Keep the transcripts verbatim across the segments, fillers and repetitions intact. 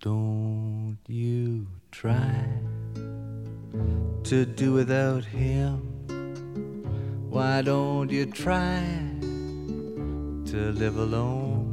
don't you try to do without him? Why don't you try to live alone?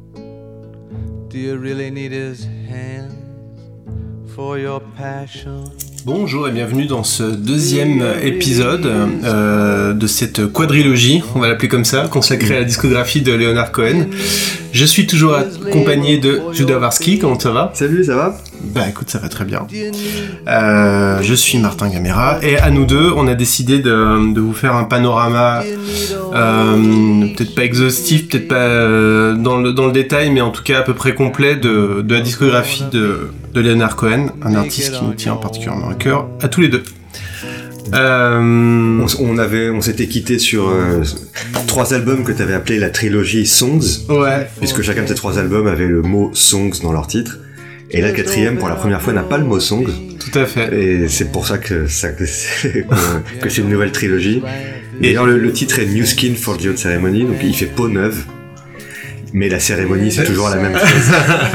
Do you really need his hands for your passion? Bonjour et bienvenue dans ce deuxième épisode euh, de cette quadrilogie, on va l'appeler comme ça, consacrée à la discographie de Leonard Cohen. Je suis toujours accompagné de Judah Varsky, comment ça va ? Salut, ça va ? Bah écoute, ça va très bien. Euh, je suis Martin Gamera et à nous deux, on a décidé de, de vous faire un panorama, euh, peut-être pas exhaustif, peut-être pas euh, dans, le, dans le détail, mais en tout cas à peu près complet de, de la discographie de, de Leonard Cohen, un artiste qui nous tient particulièrement à cœur, à tous les deux. Euh... On, on avait, on s'était quitté sur euh, trois albums que tu avais appelés la trilogie Songs, ouais. Puisque chacun de ces trois albums avait le mot Songs dans leur titre. Et là, le quatrième, pour la première fois, n'a pas le mot Songs. Tout à fait. Et c'est pour ça que, ça, que, c'est, que c'est une nouvelle trilogie. Et d'ailleurs, le, le titre est New Skin for the Old Ceremony, donc il fait peau neuve. Mais la cérémonie, c'est toujours la même chose.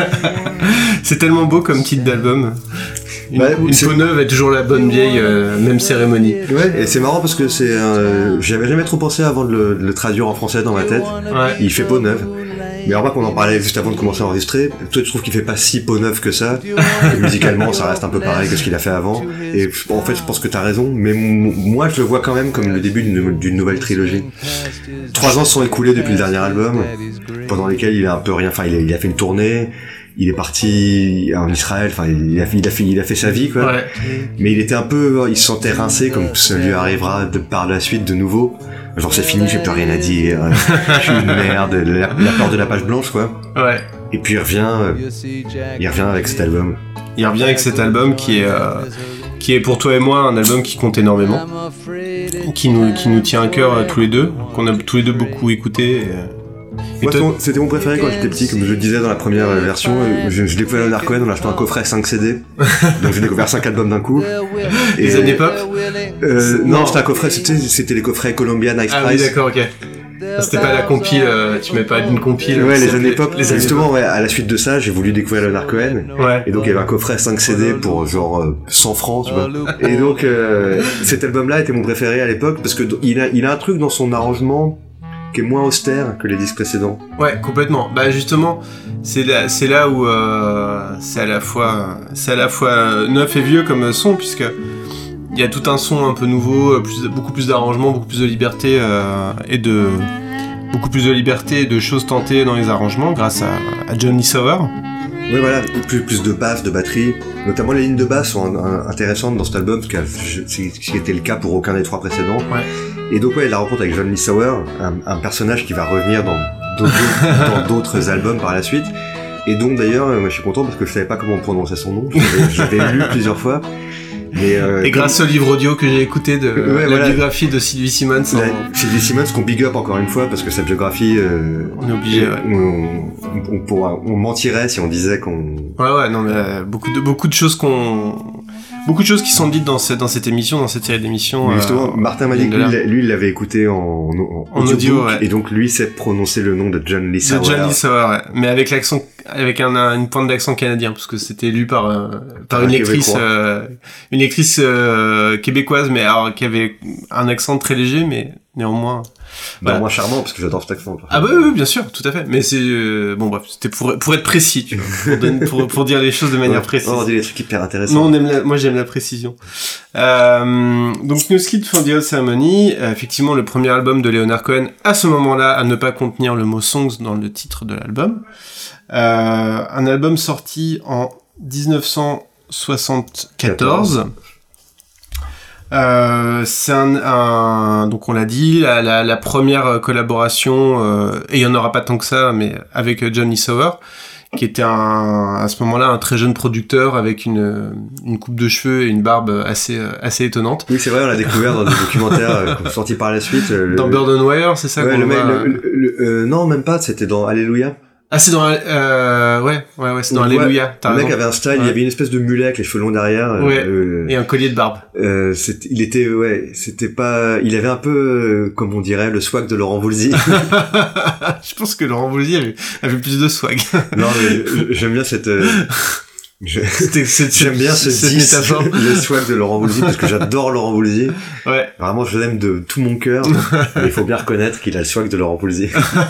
C'est tellement beau comme titre d'album. Une, bah, une peau neuve est toujours la bonne vieille, euh, même cérémonie. Ouais, et c'est marrant parce que c'est, euh, j'avais jamais trop pensé avant de le, de le traduire en français dans ma tête. Ouais. Il fait peau neuve. Mais remarque qu'on en parlait juste avant de commencer à enregistrer. Toi, tu trouves qu'il fait pas si peau neuve que ça. Et musicalement, ça reste un peu pareil que ce qu'il a fait avant. Et en fait, je pense que t'as raison. Mais m- moi, je le vois quand même comme le début d'une, d'une nouvelle trilogie. Trois ans se sont écoulés depuis le dernier album, pendant lesquels il a un peu rien. Enfin, il a, il a fait une tournée. Il est parti en Israël, enfin il a, il a fait il a fait sa vie quoi. Ouais. Mais il était un peu, il se sentait rincé comme ça lui arrivera de par la suite de nouveau. Genre c'est fini, j'ai plus rien à dire, je suis une merde, la, la peur de la page blanche quoi. Ouais. Et puis il revient, euh, il revient avec cet album. Il revient avec cet album qui est euh, qui est pour toi et moi un album qui compte énormément, qui nous qui nous tient à cœur euh, tous les deux, qu'on a tous les deux beaucoup écouté. Et, euh... Moi, toi... c'était mon préféré quand j'étais petit, comme je le disais dans la première version. Je, je découvrais Leonard Cohen en achetant un coffret cinq C D. Donc j'ai découvert cinq albums d'un coup. Et les années pop euh, Non, non, c'était un coffret, c'était, c'était les coffrets Columbia Nice ah, Price. Ah oui, d'accord, ok. C'était pas la compile, euh, tu mets pas d'une compile. Ouais, les années pop. Les années Justement, pop. Ouais, à la suite de ça, j'ai voulu découvrir Leonard Cohen. Ouais. Et donc, il y avait un coffret cinq C D pour genre euh, cent francs, tu vois. Et donc, euh, cet album-là était mon préféré à l'époque parce que il a, il a un truc dans son arrangement qui est moins austère que les disques précédents. Ouais, complètement. Bah justement, c'est là, c'est là où euh, c'est à la fois, c'est à la fois neuf et vieux comme son, puisque il y a tout un son un peu nouveau, plus, beaucoup plus d'arrangements, beaucoup plus de liberté euh, et de beaucoup plus de liberté et de choses tentées dans les arrangements grâce à, à John Lee Hooker. Ouais, voilà, plus, plus de basse, de batterie. Notamment les lignes de basse sont un, un, intéressantes dans cet album, ce qui était le cas pour aucun des trois précédents. Ouais. Et donc ouais, la rencontre avec John Lee Hooker, un, un personnage qui va revenir dans d'autres, dans d'autres albums par la suite. Et donc d'ailleurs, moi je suis content parce que je savais pas comment prononcer son nom. Je l'avais, je l'avais lu plusieurs fois. Mais euh, et grâce comme... au livre audio que j'ai écouté de ouais, la voilà. biographie de Sylvie Simmons. La, en... Sylvie Simmons qu'on big up encore une fois parce que sa biographie, euh, on est obligé. Ouais. On, on, on, pourra, on mentirait si on disait qu'on. Ouais ouais non mais euh, beaucoup de beaucoup de choses qu'on beaucoup de choses qui sont dites dans cette dans cette émission dans cette série d'émissions. Mais justement, euh, Martin m'a dit que lui, lui il l'avait écouté en, en, en audio ouais. Et donc lui sait prononcer le nom de John Lee Hooker. De John Lee Hooker, ouais. Mais avec l'accent avec un, une pointe d'accent canadien parce que c'était lu par euh, par une lectrice euh, une lectrice euh, québécoise mais alors qui avait un accent très léger mais néanmoins bah, moins charmant parce que j'adore cet accent. Ah bah oui, oui bien sûr tout à fait mais c'est euh, bon bref c'était pour pour être précis tu vois pour, donner, pour, pour dire les choses de manière ouais. précise. On dit des trucs hyper intéressants. Non on aime la, moi j'aime la précision. Euh, donc New Skin for the Old Ceremony, euh, effectivement le premier album de Leonard Cohen à ce moment-là à ne pas contenir le mot songs dans le titre de l'album. Euh, un album sorti en dix-neuf cent soixante-quatorze. Euh, c'est un, un, donc on l'a dit, la, la, la première collaboration, euh, et il y en aura pas tant que ça, mais avec John Lee Hooker, qui était un, à ce moment-là un très jeune producteur avec une, une coupe de cheveux et une barbe assez, assez étonnante. Oui, c'est vrai, on l'a découvert dans des documentaires euh, sortis par la suite. Euh, dans le... Bird on Wire, c'est ça ouais, qu'on le, voit... le, le, le, euh, non, même pas, c'était dans Alléluia. Ah, c'est dans, euh, ouais, ouais, ouais, c'est dans ouais, Alléluia, t'as le raison. mec avait un style, ouais. Il y avait une espèce de mulet avec les cheveux longs derrière. Ouais. Euh, et un collier de barbe. Euh, c'était, il était, ouais, c'était pas, il avait un peu, euh, comme on dirait, le swag de Laurent Voulzy. Je pense que Laurent Voulzy avait, avait plus de swag. Non, mais j'aime bien cette, euh, Je... C'était, c'est, J'aime bien ce cette dix, métaphore. le swag de Laurent Voulzy, parce que j'adore Laurent Voulzy. Ouais. Vraiment, je l'aime de tout mon cœur. Mais il faut bien reconnaître qu'il a le swag de Laurent Voulzy.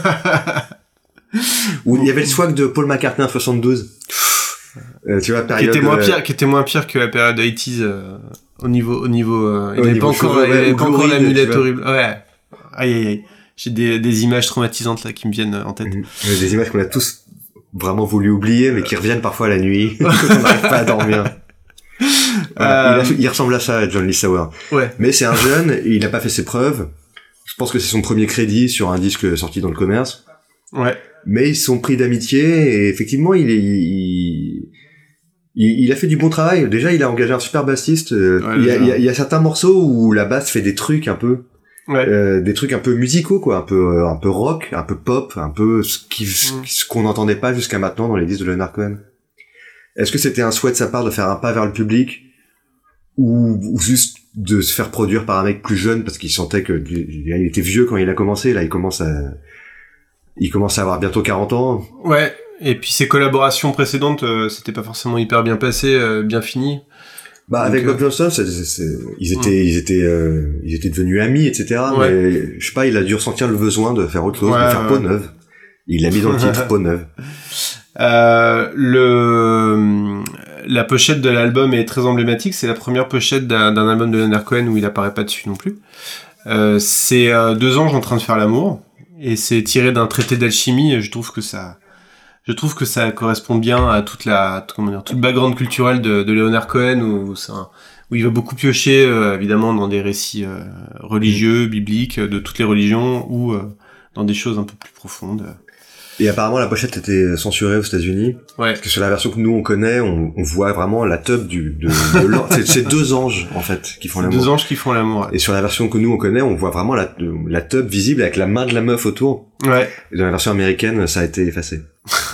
Ou il y avait le swag de Paul McCartney en soixante-douze. Euh, tu vois, période. Qui était moins euh... pire, qui était moins pire que la période quatre-vingt-dix, euh, au niveau, au niveau, euh, il Au avait niveau pas encore, cheveux, il ouais, avait ou pas encore Glory, l'amulette tu vois. horrible. Ouais. Aïe, aïe, aïe. J'ai des, des images traumatisantes, là, qui me viennent en tête. Mmh. Des images qu'on a tous vraiment voulu oublier, mais qui reviennent parfois la nuit, quand on n'arrive pas à dormir. Voilà. Euh... Il, a, il ressemble à ça, John Lee Sauer. Ouais. Mais c'est un jeune, il a pas fait ses preuves. Je pense que c'est son premier crédit sur un disque sorti dans le commerce. Ouais. Mais ils se sont pris d'amitié, et effectivement, il est, il, il, il a fait du bon travail. Déjà, il a engagé un super bassiste. Ouais, il, y a, déjà. il, y a, il y a certains morceaux où la basse fait des trucs un peu, Ouais. euh, des trucs un peu musicaux, quoi, un peu, un peu rock, un peu pop, un peu ce qui, Mm. ce qu'on n'entendait pas jusqu'à maintenant dans les disques de Leonard Cohen. Est-ce que c'était un souhait de sa part de faire un pas vers le public, ou, ou juste de se faire produire par un mec plus jeune parce qu'il sentait que il était vieux quand il a commencé, là il commence à, il commence à avoir bientôt quarante ans. Ouais. Et puis ses collaborations précédentes, euh, c'était pas forcément hyper bien passé, euh, bien fini. Bah, Donc, avec euh... Bob Johnston, c'est, c'est, c'est, ils étaient, Mm. ils étaient, euh, ils étaient devenus amis, et cetera. Ouais. Mais, je sais pas, il a dû ressentir le besoin de faire autre chose, Ouais, de faire ouais. peau neuve. Il l'a mis dans le titre, peau neuve. Euh, le, la pochette de l'album est très emblématique. C'est la première pochette d'un, d'un album de Leonard Cohen où il apparaît pas dessus non plus. Euh, c'est euh, deux anges en train de faire l'amour. Et c'est tiré d'un traité d'alchimie. Et je trouve que ça, je trouve que ça correspond bien à toute la, comment dire, tout le background culturel de, de Leonard Cohen où, c'est un, où il va beaucoup piocher, euh, évidemment, dans des récits euh, religieux, bibliques, de toutes les religions, ou euh, dans des choses un peu plus profondes. Et apparemment, la pochette était censurée aux États-Unis. Ouais. Parce que sur la version que nous on connaît, on, on voit vraiment la teub du, de, de l'an- c'est, c'est deux anges, en fait, qui font C'est l'amour. deux anges qui font l'amour. Et sur la version que nous on connaît, on voit vraiment la, la teub visible avec la main de la meuf autour. Ouais. Et dans la version américaine, ça a été effacé.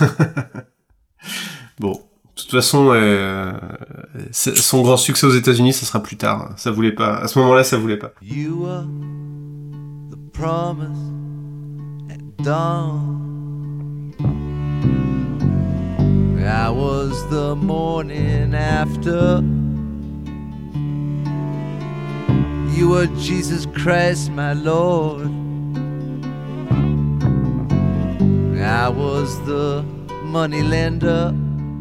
Bon, de toute façon, euh, c'est- son grand succès aux États-Unis, ça sera plus tard. Ça voulait pas. À ce moment-là, ça voulait pas. You were the promise at dawn. I was the morning after. You were Jesus Christ, my Lord. I was the money lender.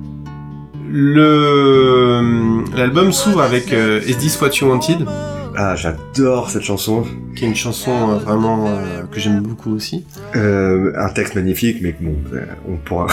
Le l'album s'ouvre avec euh, Is This What You Wanted, Ah, j'adore cette chanson. qui est une chanson euh, vraiment euh, que j'aime beaucoup aussi. Euh, un texte magnifique, mais bon, euh, on pourra.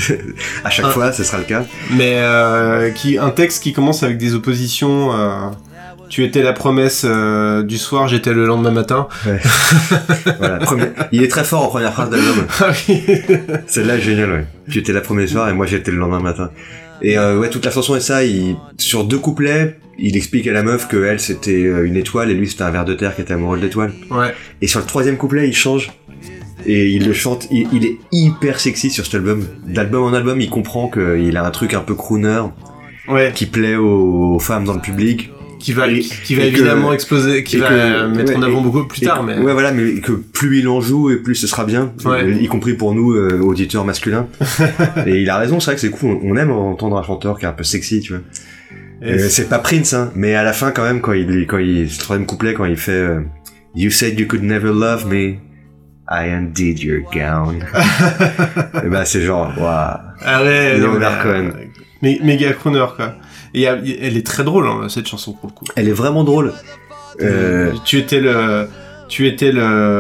à chaque Ah. fois, ce sera le cas. Mais euh, qui un texte qui commence avec des oppositions. Euh, tu étais la promesse euh, du soir, j'étais le lendemain matin. Ouais. Voilà, premier... Il est très fort en première phrase d'album. Ah oui. Celle-là est géniale, ouais. Tu étais la première soir et moi j'étais le lendemain matin. Et euh, ouais, toute la chanson est ça. Il... Sur deux couplets, il explique à la meuf que elle c'était une étoile et lui c'était un ver de terre qui était amoureux de l'étoile. Ouais. Et sur le troisième couplet, il change. Et il le chante, il, il est hyper sexy sur cet album. D'album en album, il comprend qu'il a un truc un peu crooner Ouais. qui plaît aux, aux femmes dans le public. Qui va, Et- qui, qui va et que- évidemment exploser, qui et va que- mettre ouais, en avant et- beaucoup plus Et tard, que- mais. Ouais, voilà, mais que plus il en joue et plus ce sera bien. Ouais. Y compris pour nous, euh, auditeurs masculins. Et il a raison, c'est vrai que c'est cool. On aime entendre un chanteur qui est un peu sexy, tu vois. Et Euh, c'est- c'est pas Prince, hein, mais à la fin quand même, quand il, quand il, ce troisième couplet, quand il fait euh, You said you could never love me, I undid your gown. Et bah c'est genre, waouh. Ah ouais, non, Leonard mais, Cohen. euh, mé- méga crooner, quoi. Et y a- y- elle est très drôle, hein, cette chanson, pour le coup. Elle est vraiment drôle. Euh, Tu étais le, tu étais le,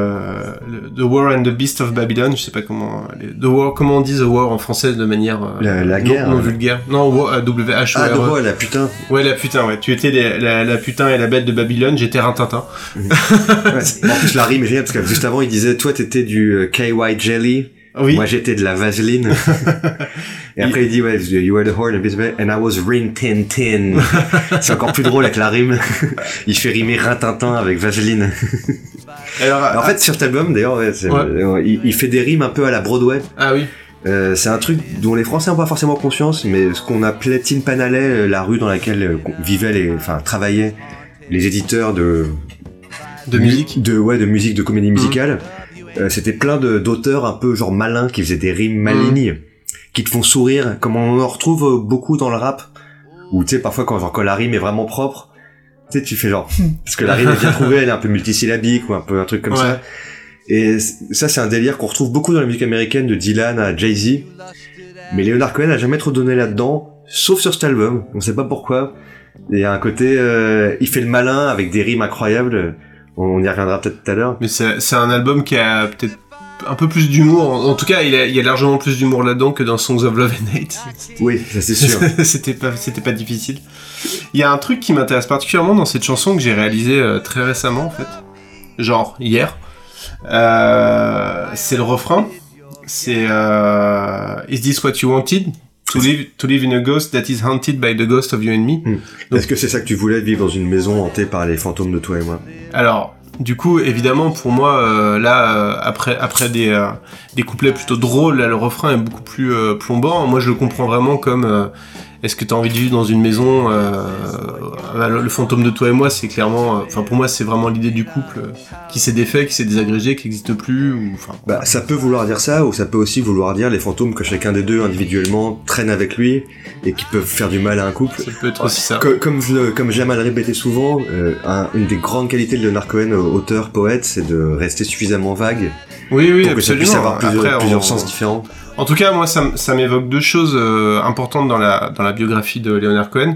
le The War and the Beast of Babylon, je sais pas comment, les- The War, comment on dit The War en français de manière euh, La- la non, guerre, non ouais. vulgaire. Non, War, euh, W H O ah, R E. de quoi, la putain. Ouais, la putain, ouais. Tu étais les- la, la putain et la bête de Babylone, j'étais Rintintin. Ouais. En plus, la rime est géniale parce que juste avant, il disait, toi, t'étais du euh, K Y Jelly. Oui. Moi, j'étais de la vaseline. Et après, il dit, ouais, you were the horn of Bisbee, and I was Rin Tin Tin. C'est encore plus drôle avec la rime. Il fait rimer Rintintin avec vaseline. Alors, En fait, sur cet album, d'ailleurs, ouais, c'est- Ouais. euh, il, il fait des rimes un peu à la Broadway. ah oui. Euh, c'est un truc dont les Français n'ont pas forcément conscience, mais ce qu'on appelait Tin Pan Alley, euh, la rue dans laquelle euh, vivaient les, enfin, travaillaient les éditeurs de, De musique. de, ouais, de musique, de comédie musicale. Euh, c'était plein de, d'auteurs un peu genre malins qui faisaient des rimes malignes. qui te font sourire, comme on en retrouve beaucoup dans le rap, où tu sais, parfois quand, genre, quand la rime est vraiment propre, tu sais, tu fais genre, parce que la rime est bien trouvée, elle est un peu multisyllabique, ou un peu un truc comme ouais. ça. Et ça, c'est un délire qu'on retrouve beaucoup dans la musique américaine, de Dylan à Jay-Z. Mais Leonard Cohen a jamais trop donné là-dedans, sauf sur cet album. On sait pas pourquoi. Il y a un côté, euh, il fait le malin avec des rimes incroyables. On y reviendra peut-être tout à l'heure. Mais c'est, c'est un album qui a peut-être un peu plus d'humour. En, en tout cas, il, a, il y a largement plus d'humour là-dedans que dans Songs of Love and Hate. Oui, ça c'est sûr. c'était pas, c'était pas difficile. Il y a un truc qui m'intéresse particulièrement dans cette chanson que j'ai réalisé euh, très récemment, en fait. Genre, hier. Euh, c'est le refrain. C'est euh, Is this what you wanted? To live, to live in a ghost that is haunted by the ghost of you and me. Hmm. Donc, est-ce que c'est ça que tu voulais, vivre dans une maison hantée par les fantômes de toi et moi? Alors, du coup, évidemment, pour moi, euh, là, euh, après, après des, euh, des couplets plutôt drôles, là, le refrain est beaucoup plus euh, plombant. Moi, je le comprends vraiment comme... Euh, est-ce que t'as envie de vivre dans une maison euh, le, le fantôme de toi et moi, c'est clairement... Enfin, euh, pour moi, c'est vraiment l'idée du couple euh, qui s'est défait, qui s'est désagrégé, qui n'existe plus, ou... Enfin, bah, ça peut vouloir dire ça, ou ça peut aussi vouloir dire les fantômes que chacun des deux, individuellement, traîne avec lui, et qui peuvent faire du mal à un couple. Ça peut être aussi ça. Comme, comme, je, comme j'aime à le répéter souvent, euh, un, une des grandes qualités de Leonard Cohen, auteur, poète, c'est de rester suffisamment vague. Oui, oui, pour que absolument. ça puisse avoir plusieurs, Après, plusieurs on... sens différents. En tout cas, moi, ça, ça m'évoque deux choses euh, importantes dans la dans la biographie de Leonard Cohen.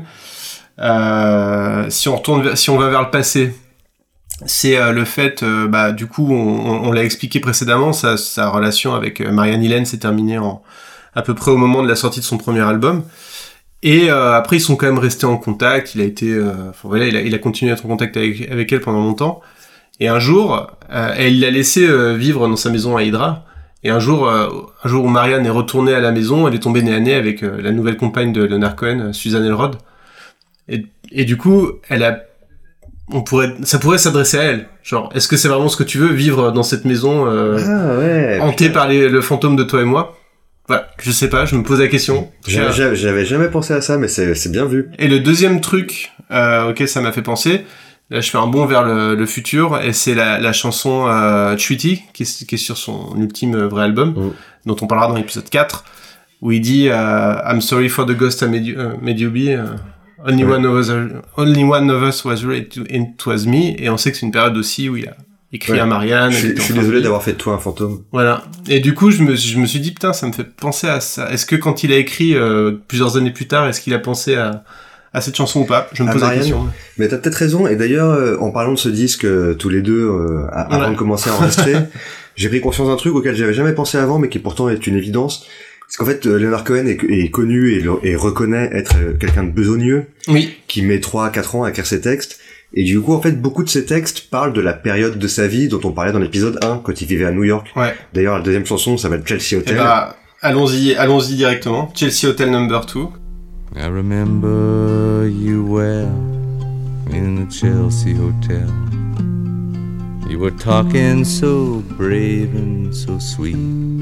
Euh, si on retourne, si on va vers le passé, c'est euh, le fait, euh, bah, du coup, on, on l'a expliqué précédemment, sa, sa relation avec Marianne Hillen s'est terminée en à peu près au moment de la sortie de son premier album. Et euh, après, ils sont quand même restés en contact. Il a été, euh, enfin voilà, il a, il a continué à être en contact avec avec elle pendant longtemps. Et un jour, euh, elle l'a laissé euh, vivre dans sa maison à Hydra. Et un jour, euh, un jour où Marianne est retournée à la maison, elle est tombée nez à nez avec euh, la nouvelle compagne de Leonard Cohen, Susan Elrod. Et, et du coup, elle a, on pourrait, ça pourrait s'adresser à elle. Genre, est-ce que c'est vraiment ce que tu veux, vivre dans cette maison euh, ah ouais, hantée par les, le fantôme de toi et moi? Voilà, je sais pas, je me pose la question. J'avais, j'avais, j'avais jamais pensé à ça, mais c'est, c'est bien vu. Et le deuxième truc euh, auquel ça m'a fait penser, là je fais un bond vers le, le futur, et c'est la, la chanson euh, Treaty, qui est, qui est sur son ultime vrai album, mmh. dont on parlera dans l'épisode quatre, où il dit euh, I'm sorry for the ghost I made you, uh, made you be, uh, only, ouais. one of us, only one of us was right to, it was me, et on sait que c'est une période aussi où il a écrit ouais. à Marianne. Je, je suis désolé d'avoir fait de toi un fantôme. Voilà. Et du coup, je me, je me suis dit, putain, ça me fait penser à ça. Est-ce que quand il a écrit, euh, plusieurs années plus tard, est-ce qu'il a pensé à, à cette chanson ou pas? Je me à pose Marianne, la question. Mais t'as peut-être raison. Et d'ailleurs, euh, en parlant de ce disque, euh, tous les deux, euh, avant ouais. de commencer à enregistrer, j'ai pris conscience d'un truc auquel j'avais jamais pensé avant, mais qui pourtant est une évidence. Parce qu'en fait, euh, Leonard Cohen est, est connu et, et reconnaît être euh, quelqu'un de besogneux. Oui. Qui met trois à quatre ans à écrire ses textes. Et du coup, en fait, beaucoup de ces textes parlent de la période de sa vie dont on parlait dans l'épisode un, quand il vivait à New York. Ouais. D'ailleurs, la deuxième chanson s'appelle Chelsea Hotel. Eh bah, allons-y, allons-y directement. Chelsea Hotel number two. I remember you well in the Chelsea Hotel. You were talking so brave and so sweet.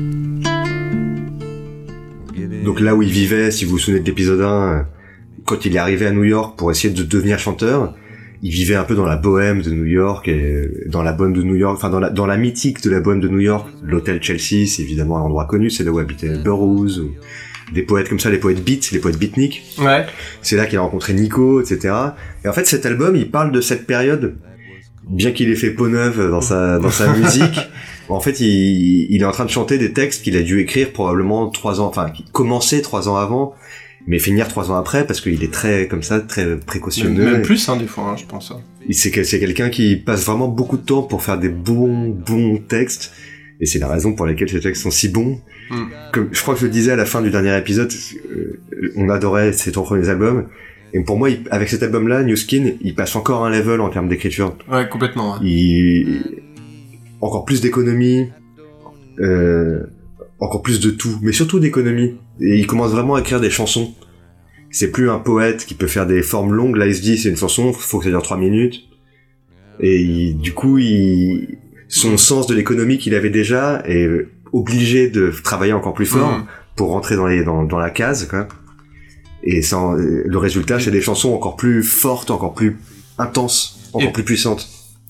Donc là où il vivait, si vous vous souvenez de l'épisode un, quand il est arrivé à New York pour essayer de devenir chanteur, il vivait un peu dans la bohème de New York, et dans la bohème de New York, enfin dans la, dans la mythique de la bohème de New York. L'hôtel Chelsea, c'est évidemment un endroit connu, c'est là où habitait Burroughs, ou des poètes comme ça, les poètes beat, les poètes beatniks. Ouais. C'est là qu'il a rencontré Nico, et cetera. Et en fait, cet album, il parle de cette période, bien qu'il ait fait peau neuve dans sa, dans sa musique. En fait, il, il est en train de chanter des textes qu'il a dû écrire probablement trois ans, enfin, commencer trois ans avant, mais finir trois ans après, parce qu'il est très, comme ça, très précautionneux. Même plus, hein, des fois, hein, je pense. C'est, c'est quelqu'un qui passe vraiment beaucoup de temps pour faire des bons, bons textes, et c'est la raison pour laquelle ces textes sont si bons. Mm. Comme, je crois que je le disais à la fin du dernier épisode, euh, on adorait ces trois premiers albums, et pour moi, il, avec cet album-là, New Skin, il passe encore un level en termes d'écriture. Ouais, complètement. Ouais. Il, encore plus d'économie, euh, encore plus de tout, mais surtout d'économie. Et il commence vraiment à écrire des chansons. C'est plus un poète qui peut faire des formes longues. Là, il se dit, c'est une chanson, faut que ça dure trois minutes. Et il, du coup, il, son sens de l'économie qu'il avait déjà est obligé de travailler encore plus fort mmh. pour rentrer dans, les, dans, dans la case, quoi. Et ça, le résultat, c'est des chansons encore plus fortes, encore plus intenses, encore et, plus puissantes.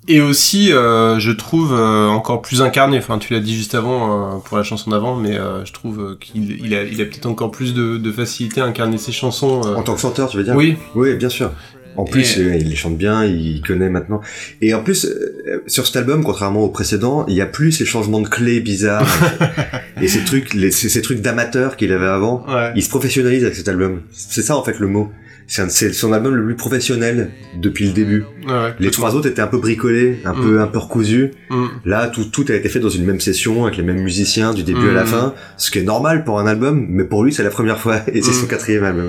Et aussi, euh, je trouve euh, encore plus incarné. Enfin, tu l'as dit juste avant euh, pour la chanson d'avant, mais euh, je trouve euh, qu'il il a, il a peut-être encore plus de, de facilité à incarner ses chansons. Euh... En tant que chanteur, tu veux dire ? Oui. Oui, bien sûr. En plus, et... il les chante bien, il connaît maintenant. Et en plus, euh, sur cet album, contrairement au précédent, il y a plus ces changements de clés bizarres et ces trucs, les, ces, ces trucs d'amateurs qu'il avait avant. Ouais. Il se professionnalise avec cet album. C'est ça en fait le mot. C'est, un, c'est son album le plus professionnel depuis le début. Ouais, les trois autres étaient un peu bricolés, un mm. peu un peu recousus. Mm. Là, tout tout a été fait dans une même session avec les mêmes musiciens du début mm. à la fin, ce qui est normal pour un album, mais pour lui c'est la première fois et c'est mm. son quatrième album.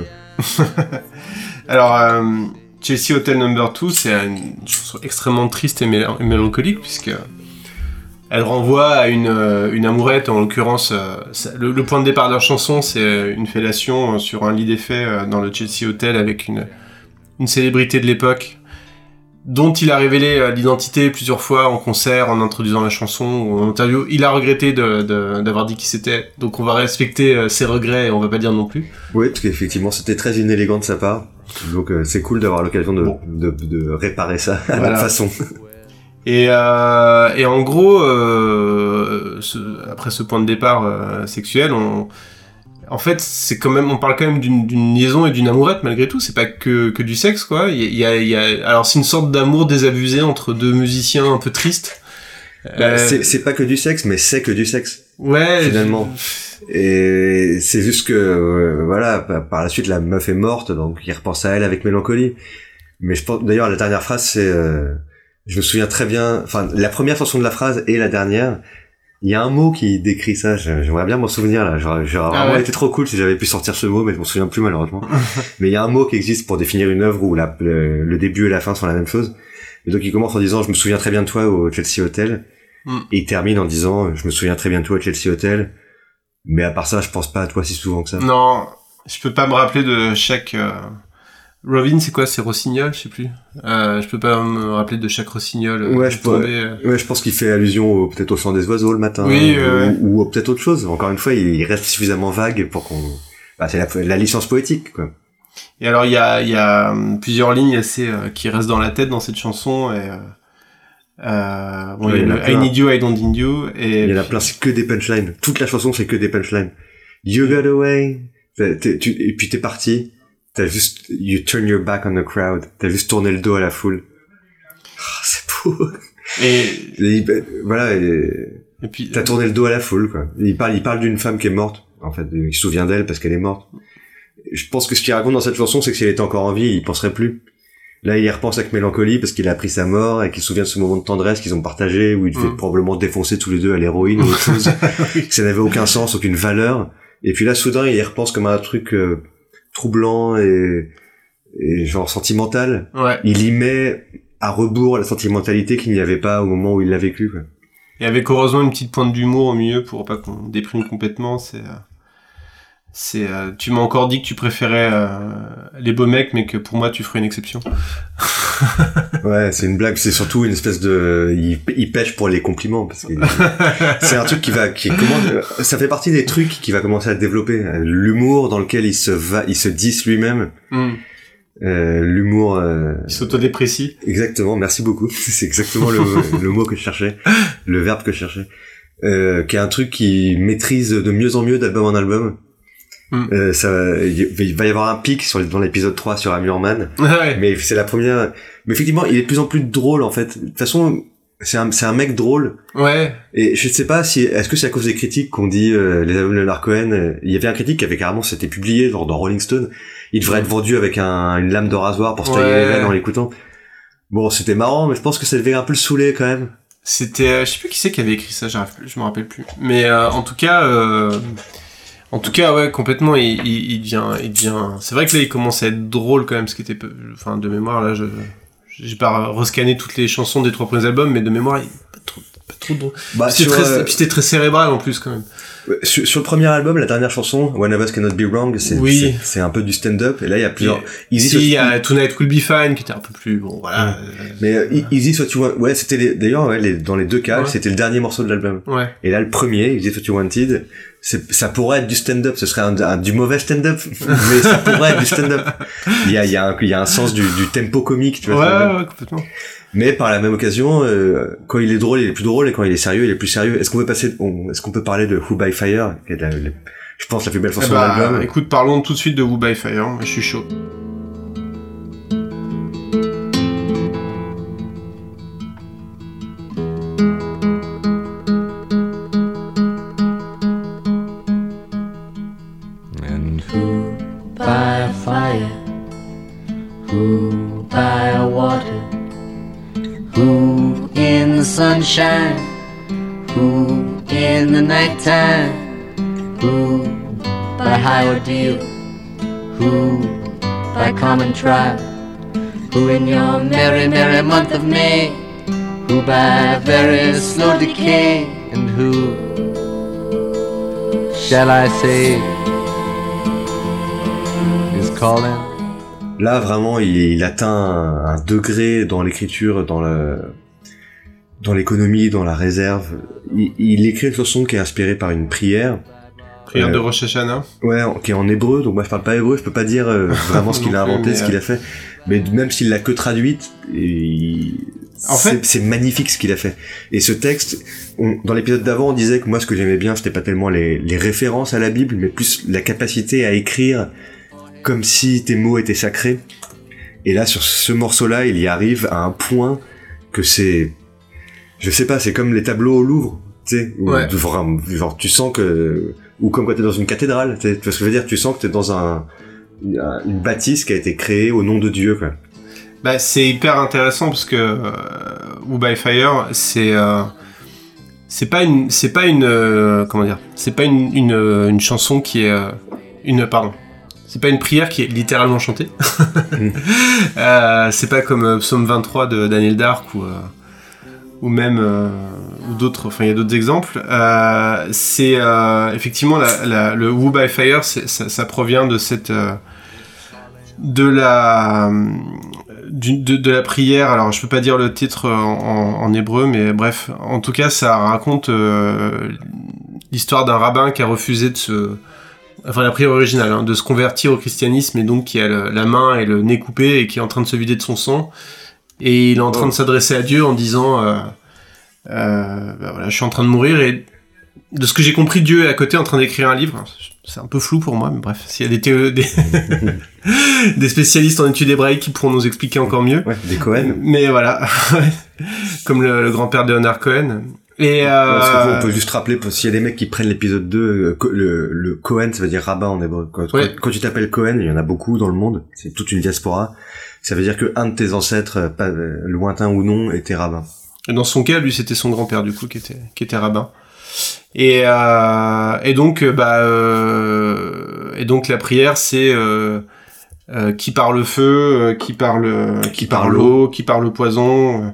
Alors, euh, Chelsea Hotel Number two, c'est une chanson extrêmement triste et, mél- et mélancolique puisque elle renvoie à une, une amourette, en l'occurrence, euh, le, le point de départ de leur chanson, c'est une fellation sur un lit d'effet euh, dans le Chelsea Hotel avec une, une célébrité de l'époque, dont il a révélé euh, l'identité plusieurs fois en concert, en introduisant la chanson ou en interview. Il a regretté de, de, d'avoir dit qui c'était, donc on va respecter euh, ses regrets et on va pas dire non plus. Oui, parce qu'effectivement, c'était très inélégant de sa part, donc euh, c'est cool d'avoir l'occasion de, bon. de, de, de réparer ça à voilà. la façon. Et, euh, et en gros, euh, ce, après ce point de départ euh, sexuel, on, en fait, c'est quand même, on parle quand même d'une, d'une liaison et d'une amourette malgré tout. C'est pas que, que du sexe, quoi. Il y a, il y a, alors c'est une sorte d'amour désabusé entre deux musiciens un peu tristes. Bah, euh... c'est, c'est pas que du sexe, mais c'est que du sexe. Ouais. Finalement. Je... Et c'est juste que, euh, voilà, par la suite, la meuf est morte, donc il repense à elle avec mélancolie. Mais je pense, d'ailleurs, la dernière phrase, c'est. Euh... Je me souviens très bien, enfin, la première chanson de la phrase et la dernière, il y a un mot qui décrit ça, j'aimerais bien m'en souvenir, là, j'aurais, j'aurais ah vraiment ouais. été trop cool si j'avais pu sortir ce mot, mais je m'en souviens plus malheureusement. Mais il y a un mot qui existe pour définir une œuvre où la, le, le début et la fin sont la même chose. Et donc il commence en disant, je me souviens très bien de toi au Chelsea Hotel, mm. et il termine en disant, je me souviens très bien de toi au Chelsea Hotel, mais à part ça, je pense pas à toi si souvent que ça. Non, je peux pas me rappeler de chaque... Euh... Robin, c'est quoi? C'est Rossignol, je sais plus. Euh, je peux pas me rappeler de chaque Rossignol. Euh, ouais, je tombé, euh... ouais, je pense qu'il fait allusion au, peut-être au chant des oiseaux le matin. Oui, euh, ou, ou peut-être autre chose. Encore une fois, il reste suffisamment vague pour qu'on, bah, c'est la, la licence poétique, quoi. Et alors, il y a, il y a plusieurs lignes assez, euh, qui restent dans la tête dans cette chanson, et, euh, euh bon, ouais, il y a le I need you, I don't need you, et. Il y en a plein, c'est que des punchlines. Toute la chanson, c'est que des punchlines. You got away. T'es, tu, et puis t'es parti. T'as juste, you turn your back on the crowd. T'as juste tourné le dos à la foule. Oh, c'est beau. Et, et voilà, et, et puis, t'as tourné le dos à la foule, quoi. Il parle, il parle d'une femme qui est morte. En fait, il se souvient d'elle parce qu'elle est morte. Je pense que ce qu'il raconte dans cette chanson, c'est que si elle était encore en vie, il penserait plus. Là, il y repense avec mélancolie parce qu'il a appris sa mort et qu'il se souvient de ce moment de tendresse qu'ils ont partagé où il devait mmh. probablement défoncer tous les deux à l'héroïne ou autre chose. oui. Ça n'avait aucun sens, aucune valeur. Et puis là, soudain, il y repense comme à un truc, euh, troublant et, et genre sentimental. Ouais. Il y met à rebours la sentimentalité qu'il n'y avait pas au moment où il l'a vécu, quoi. Et avec heureusement une petite pointe d'humour au milieu pour pas qu'on déprime complètement. C'est, c'est, euh, tu m'as encore dit que tu préférais euh, les beaux mecs, mais que pour moi tu ferais une exception. Ouais, c'est une blague. C'est surtout une espèce de, il, il pêche pour les compliments parce que c'est un truc qui va, qui comment, ça fait partie des trucs qui va commencer à développer. L'humour dans lequel il se va, il se disse lui-même. Mm. Euh, l'humour. Euh... Il s'autodéprécie. Exactement. Merci beaucoup. C'est exactement le, le mot que je cherchais, le verbe que je cherchais. Euh, qui est un truc qui maîtrise de mieux en mieux d'album en album. Mm. Euh, ça, il va y avoir un pic sur dans l'épisode trois sur Amur Man. Ouais. Mais c'est la première. Mais effectivement, il est de plus en plus drôle en fait. De toute façon, c'est un, c'est un mec drôle. Ouais. Et je ne sais pas si, est-ce que c'est à cause des critiques qu'on dit euh, les albums de Leonard Cohen. Euh, il y avait un critique qui avait carrément, c'était publié genre dans Rolling Stone. Il devrait être vendu avec un, une lame de rasoir pour se tailler ouais. les veines en l'écoutant. Bon, c'était marrant, mais je pense que ça devait un peu le saouler quand même. C'était, euh, je sais plus qui c'est qui avait écrit ça, je me rappelle plus. Mais euh, en tout cas. Euh... En tout cas, ouais, complètement, il, il, il devient, il devient, c'est vrai que là, il commence à être drôle quand même, ce qui était, enfin, de mémoire, là, je, j'ai pas rescanné toutes les chansons des trois premiers albums, mais de mémoire, il est pas trop, pas trop drôle. Bah, puis, c'était très, euh... puis c'était très cérébral, en plus, quand même. Sur, sur le premier album, la dernière chanson, One of Us Cannot Be Wrong, c'est, oui. c'est, c'est un peu du stand-up, et là, il y a plusieurs, et, Easy, si, il y a Tonight Will Be Fine, qui était un peu plus, bon, voilà. Ouais. Euh, mais, euh, Easy What You Want, ouais, c'était les, d'ailleurs, ouais, les, dans les deux cas, ouais. c'était le dernier morceau de l'album. Ouais. Et là, le premier, Easy What You Wanted, c'est, ça pourrait être du stand-up, ce serait un, un, du mauvais stand-up, mais ça pourrait être du stand-up. Il y a, il y a un, il y a un sens du, du tempo comique, tu vois. Ouais, ouais, ouais, complètement. Mais par la même occasion, euh, quand il est drôle, il est plus drôle, et quand il est sérieux, il est plus sérieux. Est-ce qu'on peut passer, on, est-ce qu'on peut parler de Who by Fire, qui est la, la, je pense la plus belle chanson eh bah, de l'album. Écoute, parlons tout de suite de Who by Fire, je suis chaud. And who by a fire, who by a water, who in the sunshine, who in the nighttime, who by high ordeal, who by common trial, who in your merry, merry month of May, who by very slow decay, and who shall I say is calling. Là, vraiment, il, il atteint un, un degré dans l'écriture, dans le, dans l'économie, dans la réserve. Il, il écrit une chanson qui est inspirée par une prière. Prière euh, de Rosh Hashanah. Ouais, qui est en hébreu, donc moi je parle pas hébreu, je peux pas dire euh, vraiment ce qu'il a inventé, mais, ce qu'il a fait. Mais même s'il l'a que traduite, il... en c'est, fait, c'est magnifique ce qu'il a fait. Et ce texte, on, dans l'épisode d'avant, on disait que moi ce que j'aimais bien, c'était pas tellement les, les références à la Bible, mais plus la capacité à écrire comme si tes mots étaient sacrés. Et là, sur ce morceau-là, il y arrive à un point que c'est, je sais pas, c'est comme les tableaux au Louvre, tu sais, où, ouais. genre, genre tu sens que, ou comme quand t'es dans une cathédrale, tu sais, tu vois ce que je veux dire, tu sens que t'es dans un, une, une bâtisse qui a été créée au nom de Dieu, quoi. Bah, c'est hyper intéressant parce que euh, Who by Fire, c'est euh, c'est pas une, c'est pas une, euh, comment dire, c'est pas une une, une chanson qui est euh, une, pardon. C'est pas une prière qui est littéralement chantée. mm. euh, c'est pas comme euh, Psaume vingt-trois de Daniel Dark ou, euh, ou même euh, ou d'autres. Enfin, il y a d'autres exemples. Euh, c'est euh, effectivement la, la, le Who by Fire, c'est, ça, ça provient de cette euh, de la du, de, de la prière. Alors, je peux pas dire le titre en, en hébreu, mais bref, en tout cas, ça raconte euh, l'histoire d'un rabbin qui a refusé de se Enfin, la prière originale, hein, de se convertir au christianisme et donc qui a le, la main et le nez coupés et qui est en train de se vider de son sang. Et il est en train oh. de s'adresser à Dieu en disant euh, euh, bah voilà, je suis en train de mourir et de ce que j'ai compris, Dieu est à côté en train d'écrire un livre. C'est un peu flou pour moi, mais bref, s'il y a des, théo- des, des spécialistes en études hébraïques qui pourront nous expliquer encore mieux. Ouais, des Cohen. Mais voilà, comme le, le grand-père de Leonard Cohen. Et euh... ouais, on peut juste rappeler, s'il y a des mecs qui prennent l'épisode deux, le, le Cohen, ça veut dire rabbin en hébreu. Quand, ouais. quand tu t'appelles Cohen, il y en a beaucoup dans le monde, c'est toute une diaspora, ça veut dire que un de tes ancêtres, pas, lointain ou non, était rabbin. Et dans son cas, lui, c'était son grand-père, du coup, qui était, qui était rabbin. Et, euh, et donc, bah, euh, et donc la prière, c'est euh, euh, qui par le feu, euh, qui par le, qui, qui par, par l'eau, l'eau, qui par le poison. Euh,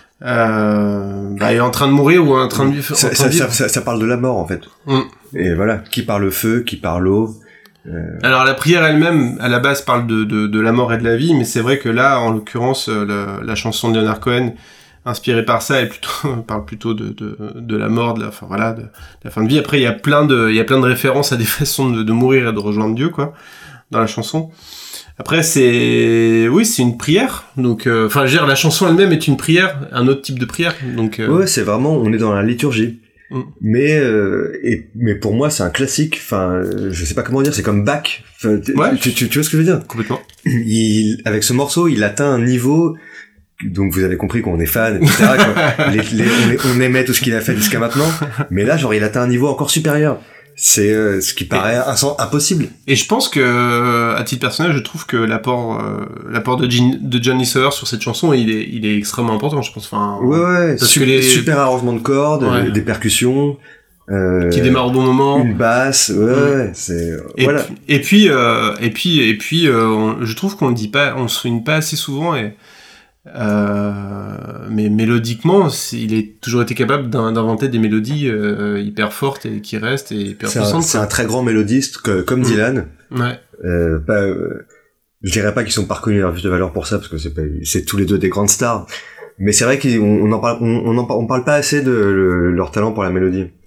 Euh, bah, il est en train de mourir ou en train de vivre. Ça, ça, ça, ça, ça parle de la mort en fait. Mm. Et voilà, qui par le feu, qui par l'eau. Euh... Alors la prière elle-même, à la base, parle de, de, de la mort et de la vie, mais c'est vrai que là, en l'occurrence, le, la chanson de Leonard Cohen, inspirée par ça, elle plutôt, parle plutôt de, de, de la mort, de la, enfin voilà, de, de la fin de vie. Après, il y a plein de, il y a plein de références à des façons de, de mourir et de rejoindre Dieu, quoi, dans la chanson. Après, c'est, oui, c'est une prière. Donc, euh, enfin, je veux dire, la chanson elle-même est une prière, un autre type de prière. Donc, euh... ouais, c'est vraiment, on est dans la liturgie. Mm. Mais, euh, et, mais pour moi, c'est un classique. Enfin, je sais pas comment dire, c'est comme Bach. Enfin, ouais, tu, tu, tu vois ce que je veux dire? Complètement. Il, avec ce morceau, il atteint un niveau. Donc, vous avez compris qu'on est fan, et cetera. les, les, on, on aimait tout ce qu'il a fait jusqu'à maintenant. Mais là, genre, il atteint un niveau encore supérieur. C'est euh, ce qui paraît et, impossible. Et je pense que, à titre personnel, je trouve que l'apport, euh, l'apport de, Gin, de Johnny Sawyer sur cette chanson, il est, il est extrêmement important, je pense. Enfin, ouais, ouais. Parce su- que les... super arrangement de cordes, ouais. des percussions. Euh, qui démarre au bon moment. Une basse, ouais, ouais. ouais c'est et voilà. Puis, et puis, euh, et puis, et puis, euh, on, je trouve qu'on le dit pas, on le souligne pas assez souvent et. Euh, mais mélodiquement, il a toujours été capable d'inventer des mélodies euh, hyper fortes et qui restent et hyper c'est puissantes. Un, c'est un très grand mélodiste que, comme mmh. Dylan. Ouais. Euh, pas, euh, je dirais pas qu'ils sont pas reconnus à leur juste valeur pour ça parce que c'est pas, c'est tous les deux des grandes stars. Mais c'est vrai qu'on on en parle, on, on en on parle pas assez de le, leur talent pour la mélodie.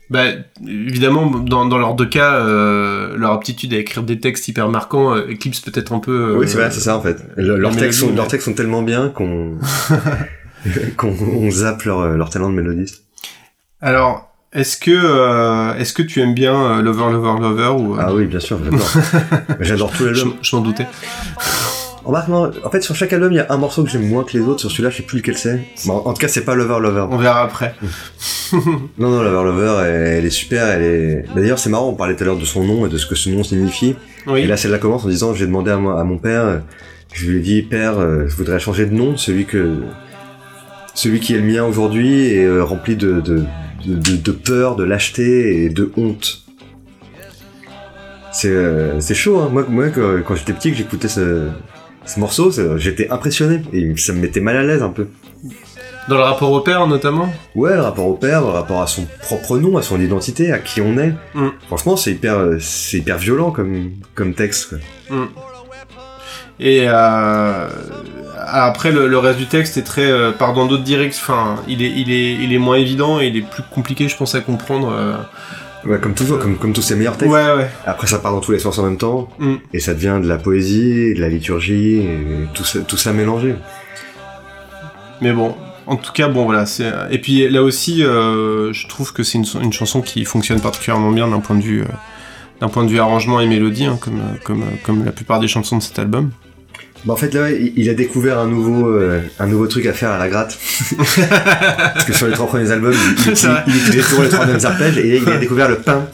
Bah, évidemment, dans, dans leurs deux cas, euh, leur aptitude à écrire des textes hyper marquants euh, éclipse peut-être un peu... Euh, oui, c'est vrai, c'est ça en fait. Le, leurs, textes sont, mais... leurs textes sont tellement bien qu'on, qu'on on zappe leur, leur talent de mélodiste. Alors, est-ce que, euh, est-ce que tu aimes bien euh, Lover, Lover, Lover ou, euh... Ah oui, bien sûr, j'adore. J'adore tous les albums. Je, je m'en doutais. Remarque, non, en fait, sur chaque album, il y a un morceau que j'aime moins que les autres. Sur celui-là, je sais plus lequel c'est. Bon, en tout cas, c'est pas Lover Lover. On verra après. non, non, Lover Lover, elle, elle est super. Elle est. D'ailleurs, c'est marrant. On parlait tout à l'heure de son nom et de ce que ce nom signifie. Oui. Et là, celle-là commence en disant, j'ai demandé à, moi, à mon père. Je lui ai dit, père, euh, je voudrais changer de nom, celui que, celui qui est le mien aujourd'hui est euh, rempli de, de, de, de, de peur, de lâcheté et de honte. C'est, euh, c'est chaud, hein. Moi, moi, quand, quand j'étais petit, que j'écoutais ce. Ce morceau, j'étais impressionné et ça me mettait mal à l'aise un peu. Dans le rapport au père, notamment ? Ouais, le rapport au père, le rapport à son propre nom, à son identité, à qui on est. Mm. Franchement, c'est hyper, c'est hyper violent comme, comme texte, quoi. Mm. Et euh, après, le, le reste du texte est très euh, part dans d'autres directions. Enfin, il est, il est, il est moins évident et il est plus compliqué, je pense, à comprendre. Euh... Ouais, comme toujours, comme, comme tous ces meilleurs textes. Ouais, ouais. Après, ça part dans tous les sens en même temps, mm. et ça devient de la poésie, de la liturgie, et tout ça, tout ça mélangé. Mais bon, en tout cas, bon, voilà, c'est... Et puis, là aussi, euh, je trouve que c'est une, une chanson qui fonctionne particulièrement bien d'un point de vue, euh, d'un point de vue arrangement et mélodie, hein, comme, comme, comme la plupart des chansons de cet album. Bah en fait là il a découvert un nouveau euh, un nouveau truc à faire à la gratte parce que sur les trois premiers albums il, il, il, il utilisait toujours les trois mêmes arpèges et il a découvert le pain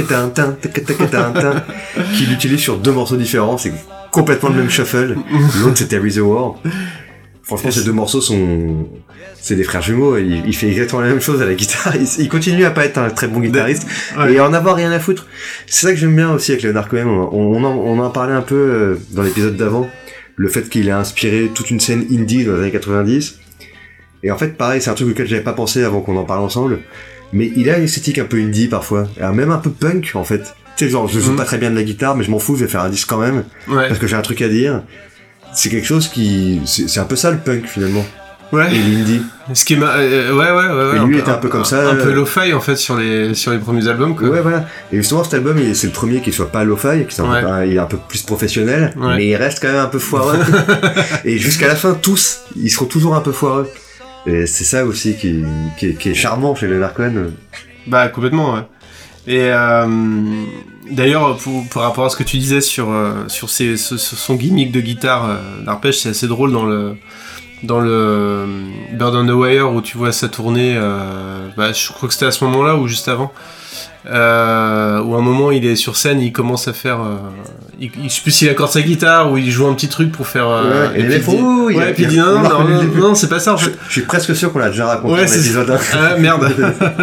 qu'il utilise sur deux morceaux différents. C'est complètement le même shuffle. L'autre c'était Reservoir. Franchement ces deux morceaux sont c'est des frères jumeaux. Il, il fait exactement la même chose à la guitare. Il, il continue à pas être un très bon guitariste ouais. et en avoir rien à foutre. C'est ça que j'aime bien aussi avec Leonard Cohen. On, on, en, on en parlait un peu dans l'épisode d'avant. Le fait qu'il a inspiré toute une scène indie dans les années quatre-vingt-dix. Et en fait, pareil, c'est un truc auquel j'avais pas pensé avant qu'on en parle ensemble. Mais il a une esthétique un peu indie parfois. Même un peu punk, en fait. Tu sais, genre, je joue mmh. pas très bien de la guitare, mais je m'en fous, je vais faire un disque quand même. Ouais. Parce que j'ai un truc à dire. C'est quelque chose qui... C'est, c'est un peu ça, le punk, finalement. Ouais. Et l'indie. Ce qui est ma... euh, ouais, ouais, ouais, ouais. Et lui un était un peu, un peu comme ça. Un peu lo-fi, en fait, sur les, sur les premiers albums, quoi. Ouais, voilà. Et justement, cet album, c'est le premier qui soit pas lo-fi, qui soit ouais. un, il est un peu plus professionnel, ouais. mais il reste quand même un peu foireux. Et jusqu'à la fin, tous, ils seront toujours un peu foireux. Et c'est ça aussi qui, qui, est, qui est charmant chez Leonard Cohen. Bah, complètement, ouais. Et euh, d'ailleurs, pour, par rapport à ce que tu disais sur, euh, sur, ses, sur son gimmick de guitare euh, d'arpège, c'est assez drôle dans le... Dans le Bird on the Wire où tu vois ça tourner, euh, bah, je crois que c'était à ce moment-là ou juste avant, euh, où à un moment il est sur scène, il commence à faire, euh, il, il, je sais plus s'il accorde sa guitare ou il joue un petit truc pour faire. Euh, ouais, et, et puis, il dit, oh, ouais, et puis il dit non, non, non, non, non, c'est pas ça en fait. Je, je suis presque sûr qu'on l'a déjà raconté ouais, dans l'épisode. Ah merde.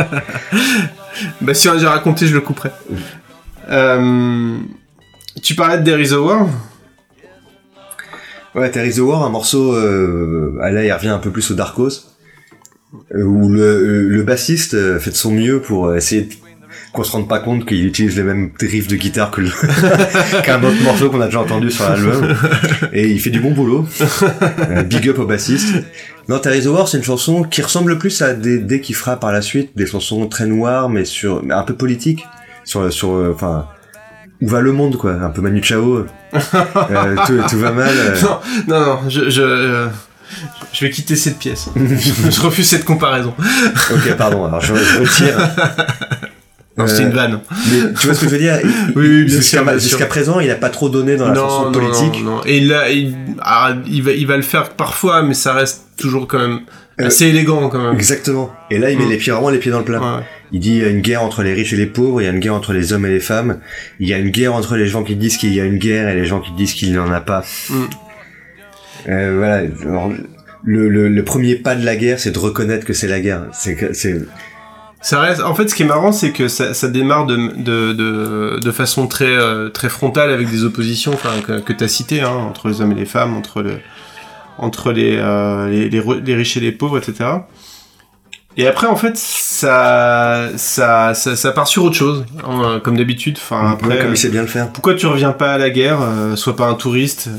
Bah si on l'a déjà raconté, je le couperai. Euh, tu parlais de There Is a War. Ouais, There Is a War, un morceau, euh, là il revient un peu plus au Darkos, euh, où le, le bassiste fait de son mieux pour essayer de, qu'on se rende pas compte qu'il utilise les mêmes riffs de guitare que le, qu'un autre morceau qu'on a déjà entendu sur l'album, et il fait du bon boulot. euh, big up au bassiste. Non, There Is a War, c'est une chanson qui ressemble le plus à des, des qu'il fera par la suite, des chansons très noires, mais sur, mais un peu politiques, sur, sur, enfin, euh, où va le monde, quoi, un peu Manu Chao, euh, tout, tout va mal. Euh... Non, non, non, je, je, euh, je vais quitter cette pièce. je, je refuse cette comparaison. Ok, pardon, alors je, je retire. Non, euh, c'était une vanne. Mais tu vois ce que je veux dire? Il, oui, oui, bien jusqu'à, sûr, bien jusqu'à sûr. présent, il a pas trop donné dans la non, chanson non, politique. Non, non. Et là, il, ah, il, va, il va le faire parfois, mais ça reste toujours quand même assez euh, élégant, quand même. Exactement. Et là, il met mmh. les pieds, vraiment les pieds dans le plat. Ouais. Il dit, il y a une guerre entre les riches et les pauvres, il y a une guerre entre les hommes et les femmes, il y a une guerre entre les gens qui disent qu'il y a une guerre et les gens qui disent qu'il n'y en a pas. Mmh. Euh, voilà. Alors, le, le, le premier pas de la guerre, c'est de reconnaître que c'est la guerre. C'est, c'est... Ça reste, en fait, ce qui est marrant, c'est que ça, ça démarre de, de, de, de façon très, euh, très frontale avec des oppositions, enfin, que, que t'as citées, hein, entre les hommes et les femmes, entre le, entre les, euh, les, les, les riches et les pauvres, et cetera. Et après, en fait, ça, ça, ça, ça part sur autre chose, hein, comme d'habitude. Enfin, après, ouais, comme il sait bien le faire. Pourquoi tu reviens pas à la guerre, euh, sois pas un touriste.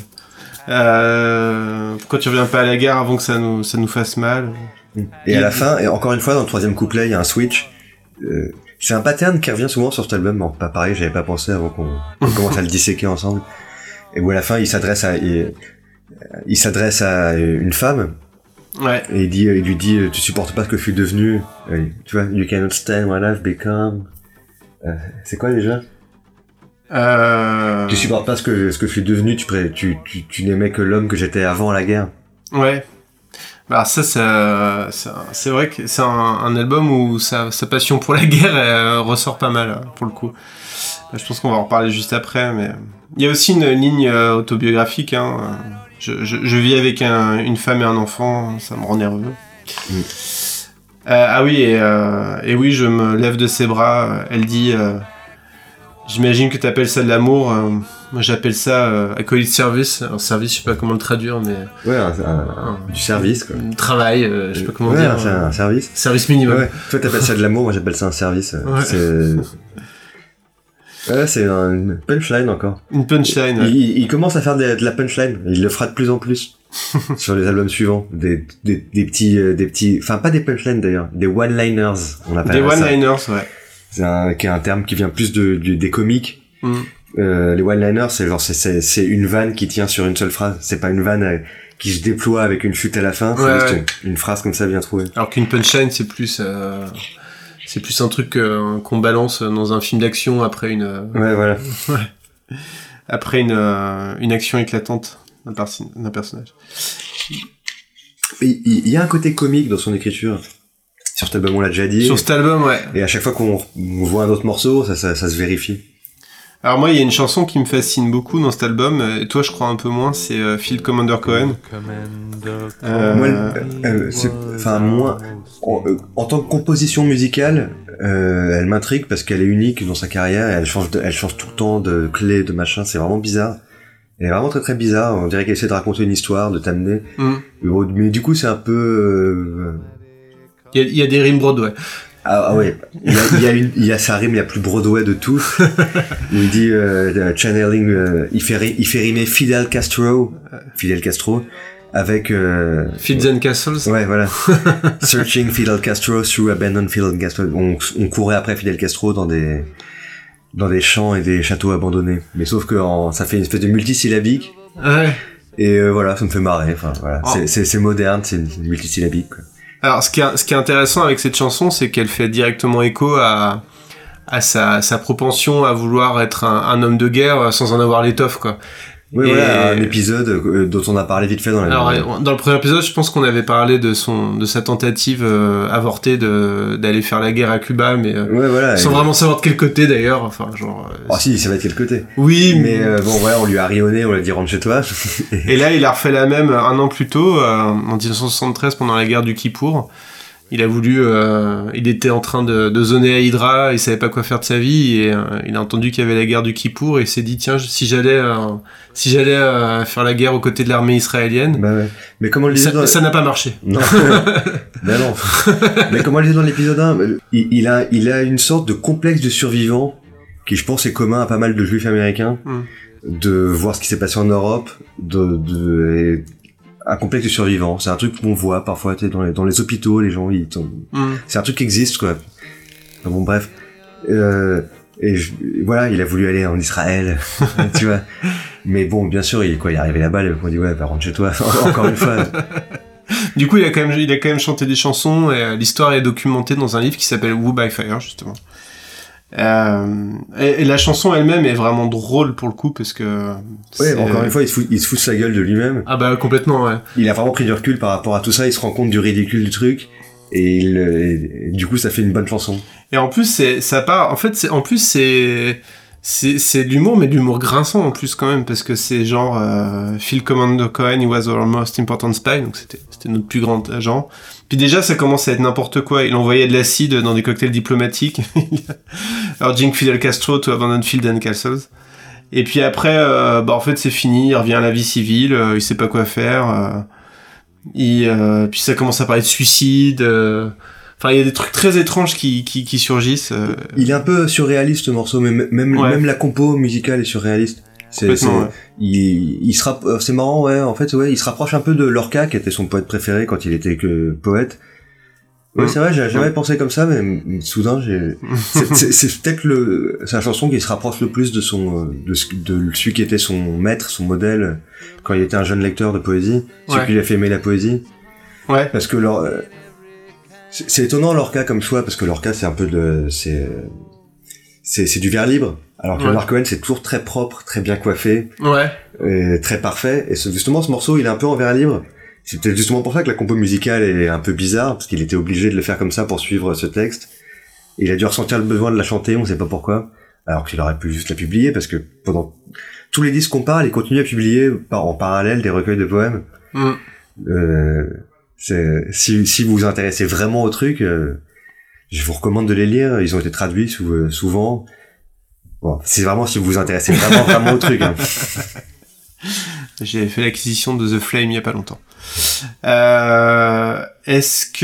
Euh, pourquoi tu reviens pas à la guerre avant que ça nous, ça nous fasse mal. Et à la fin, et encore une fois, dans le troisième couplet, il y a un switch. Euh, c'est un pattern qui revient souvent sur cet album. Bon, pas pareil, j'avais pas pensé avant qu'on, qu'on commence à le disséquer ensemble. Et où à la fin, il s'adresse à, il, il s'adresse à une femme. Ouais. Et il dit, il lui dit, tu supportes pas ce que je suis devenu. Et, tu vois, you cannot stand what I've become. Euh, c'est quoi déjà? Euh... Tu supportes pas ce que, ce que je suis devenu, tu, pré, tu, tu, tu n'aimais que l'homme que j'étais avant la guerre. Ouais. Bah ça, ça, ça c'est vrai que c'est un, un album où sa, sa passion pour la guerre elle, ressort pas mal, pour le coup. Je pense qu'on va en reparler juste après, mais il y a aussi une ligne autobiographique. Hein. Je, je, je vis avec un, une femme et un enfant, ça me rend nerveux. Mm. Euh, ah oui, et, euh, et oui, je me lève de ses bras. Elle dit, euh, j'imagine que t'appelles ça de l'amour. Euh, moi, j'appelle ça euh, acolyte service. Un service, je sais pas comment le traduire, mais ouais, un, un, un, du service quoi. Un travail, euh, je sais pas comment ouais, dire. C'est un, un service. Service minimum. Ouais, toi, t'appelles ça de l'amour, moi, j'appelle ça un service. Ouais. C'est ouais, c'est une punchline encore. Une punchline. Il, il, il commence à faire de, de la punchline. Il le fera de plus en plus sur les albums suivants. Des, des, des petits, des petits, enfin pas des punchlines d'ailleurs, des one-liners. On appelle des ça. Des one-liners, ouais. C'est un, qui est un terme qui vient plus de, de des comiques. Mm. Euh, les one-liners, c'est genre c'est, c'est c'est une vanne qui tient sur une seule phrase. C'est pas une vanne euh, qui se déploie avec une chute à la fin. C'est ouais, juste ouais. Une, une phrase comme ça bien trouvée. Alors qu'une punchline, c'est plus. Euh... C'est plus un truc euh, qu'on balance dans un film d'action après une. Euh... Ouais, voilà. ouais. Après une euh, une action éclatante d'un, perso- d'un personnage. Il, il y a un côté comique dans son écriture. Sur cet album, on l'a déjà dit. Sur cet album, ouais. Et à chaque fois qu'on on voit un autre morceau, ça, ça, ça se vérifie. Alors moi, il y a une chanson qui me fascine beaucoup dans cet album, et toi, je crois un peu moins, c'est euh, Phil Commander Cohen. Euh, moi, euh, c'est, enfin moi, en, euh, en tant que composition musicale, euh, elle m'intrigue parce qu'elle est unique dans sa carrière. Et elle change, de, elle change tout le temps de clés, de machin. C'est vraiment bizarre. Elle est vraiment très très bizarre. On dirait qu'elle essaie de raconter une histoire, de t'amener. Mm. Mais du coup, c'est un peu. Euh... Il y a, il y a des rimes Broadway. Ah, ah ouais, il y a, il y a une, il y a sa rime la plus Broadway de tout. Il dit euh, channeling, euh, il fait il fait rimer Fidel Castro, Fidel Castro, avec euh, Fields and Castles. Ouais, voilà. Searching Fidel Castro through abandoned Fidel Castro. On, on courait après Fidel Castro dans des dans des champs et des châteaux abandonnés. Mais sauf que en, ça fait une espèce de multisyllabique. Ouais. Et euh, voilà, ça me fait marrer. Enfin voilà, oh. c'est, c'est c'est moderne, c'est multisyllabique. Quoi. Alors, ce qui est, ce qui est intéressant avec cette chanson, c'est qu'elle fait directement écho à, à sa, sa propension à vouloir être un, un homme de guerre sans en avoir l'étoffe, quoi. Oui, et voilà, un épisode dont on a parlé vite fait dans la Alors, vidéo. Dans le premier épisode, je pense qu'on avait parlé de son, de sa tentative euh, avortée de, d'aller faire la guerre à Cuba, mais euh, ouais, voilà, sans et... vraiment savoir de quel côté d'ailleurs. Enfin, genre. Ah euh, si, ça va être quel côté. Oui, mais, mais euh, bon, voilà, on lui a rionné, on lui a dit rentre chez toi. Et là, il a refait la même un an plus tôt, euh, en dix-neuf cent soixante-treize, pendant la guerre du Kippour. Il a voulu, euh, il était en train de, de zoner à Hydra, il savait pas quoi faire de sa vie, et euh, il a entendu qu'il y avait la guerre du Kippour, et il s'est dit tiens, si j'allais, euh, si j'allais euh, faire la guerre aux côtés de l'armée israélienne. Bah ouais. Mais comment le ça, dans... ça n'a pas marché. Non. Ben non. Mais comment le disait dans l'épisode un, il, il a, il a une sorte de complexe de survivant qui, je pense, est commun à pas mal de juifs américains, mm. de voir ce qui s'est passé en Europe, de, de et, un complexe de survivant, c'est un truc qu'on voit parfois dans les, dans les hôpitaux, les gens ils tombent. Mm. C'est un truc qui existe quoi. Enfin, bon bref, euh, et je, voilà, il a voulu aller en Israël, tu vois. Mais bon, bien sûr, il quoi, il est arrivé là-bas, il a dit ouais, bah rentre chez toi. Encore une fois. Du coup, il a quand même, il a quand même chanté des chansons et euh, l'histoire est documentée dans un livre qui s'appelle Who by Fire justement. Euh, et, et la chanson elle-même est vraiment drôle pour le coup parce que ouais, bon, encore une fois il se fout il se fout de sa gueule de lui-même. Ah bah complètement ouais. Il a vraiment pris du recul par rapport à tout ça, il se rend compte du ridicule du truc et, il, et, et du coup ça fait une bonne chanson. Et en plus c'est ça part en fait c'est en plus c'est c'est c'est de l'humour mais de l'humour grinçant en plus quand même parce que c'est genre euh, Phil Commander Cohen he was our most important spy donc c'était c'était notre plus grand agent. Puis déjà, ça commence à être n'importe quoi. Il envoyait de l'acide dans des cocktails diplomatiques. Urging Fidel Castro to abandon Fields and Castles. Et puis après, euh, bah en fait, c'est fini. Il revient à la vie civile. Euh, il sait pas quoi faire. Euh, il, euh, puis ça commence à parler de suicide. Euh, Enfin, il y a des trucs très étranges qui qui, qui surgissent. Euh... Il est un peu surréaliste ce morceau, mais même ouais. même la compo musicale est surréaliste. C'est, c'est ouais. il, il se rapp... c'est marrant ouais en fait ouais il se rapproche un peu de Lorca qui était son poète préféré quand il était que poète Ouais, c'est vrai, j'avais jamais ouais. pensé comme ça, mais, mais soudain, j'ai. C'est, c'est, c'est peut-être le, c'est la chanson qui se rapproche le plus de son, de, de celui qui était son maître, son modèle, quand il était un jeune lecteur de poésie, celui ouais. qui lui a fait aimer la poésie. Ouais. Parce que leur, c'est, c'est étonnant Lorca comme choix, parce que Lorca c'est un peu de, c'est, c'est, c'est du vers libre. Alors que ouais. Leonard Cohen c'est toujours très propre, très bien coiffé. Ouais. Et très parfait. Et ce, justement, ce morceau, il est un peu en vers libre. C'est peut-être justement pour ça que la compo musicale est un peu bizarre, parce qu'il était obligé de le faire comme ça pour suivre ce texte. Et il a dû ressentir le besoin de la chanter, on sait pas pourquoi. Alors qu'il aurait pu juste la publier, parce que pendant tous les disques qu'on parle, il continue à publier en parallèle des recueils de poèmes. Mm. Euh, c'est, si, si vous vous intéressez vraiment au truc, euh, je vous recommande de les lire. Ils ont été traduits sous, euh, souvent. Bon, c'est vraiment si vous vous intéressez vraiment, vraiment au truc. Hein. J'ai fait l'acquisition de The Flame il y a pas longtemps. Euh, est-ce que,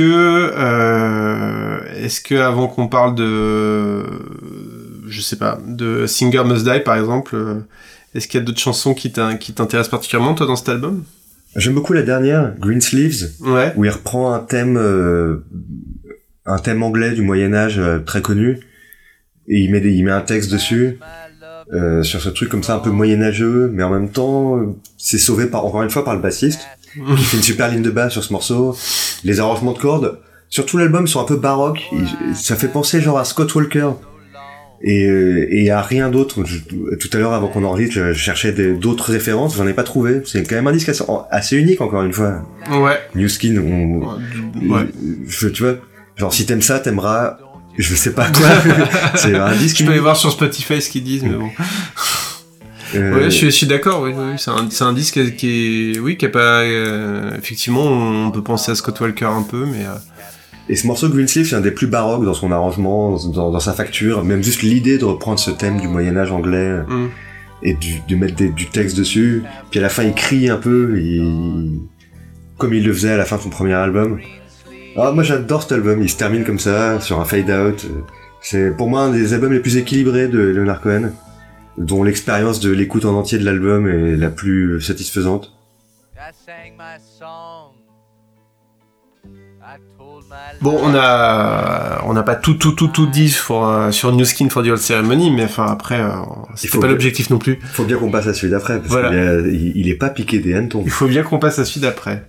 euh, est-ce que avant qu'on parle de, je sais pas, de Singer Must Die par exemple, est-ce qu'il y a d'autres chansons qui, qui t'intéressent particulièrement toi dans cet album ? J'aime beaucoup la dernière, Green Sleeves, ouais. où il reprend un thème, euh, un thème anglais du Moyen-Âge euh, très connu, et il met, des, il met un texte dessus. Euh, sur ce truc comme ça un peu moyenâgeux, mais en même temps euh, c'est sauvé par encore une fois par le bassiste qui fait une super ligne de basse sur ce morceau. Les arrangements de cordes sur tout l'album sont un peu baroques, et ça fait penser genre à Scott Walker et, euh, et à rien d'autre. Je, tout à l'heure avant qu'on enregistre je, je cherchais des, d'autres références, j'en ai pas trouvé. C'est quand même un disque assez, assez unique encore une fois. Ouais. New Skin, on, ouais. Je, tu vois, genre si t'aimes ça t'aimeras je sais pas quoi. C'est un disque. Je peux aller voir sur Spotify ce qu'ils disent, mais bon. Euh... Ouais, je suis, je suis d'accord. Oui, oui, c'est un, c'est un disque qui est, oui, qui a pas. Euh, effectivement, on peut penser à Scott Walker un peu, mais. Euh... Et ce morceau Green Sleeve, c'est un des plus baroques dans son arrangement, dans, dans sa facture. Même juste l'idée de reprendre ce thème du Moyen Âge anglais mm. et du, de mettre des, du texte dessus. Puis à la fin, il crie un peu, il... comme il le faisait à la fin de son premier album. Ah, moi j'adore cet album, il se termine comme ça, sur un fade out. C'est pour moi un des albums les plus équilibrés de Leonard Cohen, dont l'expérience de l'écoute en entier de l'album est la plus satisfaisante. Bon, on a on n'a pas tout tout tout tout dit sur euh, sur New Skin for the Old Ceremony, mais enfin après euh, c'était pas l'objectif non plus. Il faut bien qu'on passe à celui d'après, parce voilà. qu'il est, il, il est pas piqué des hannetons. Il faut bien qu'on passe à celui d'après.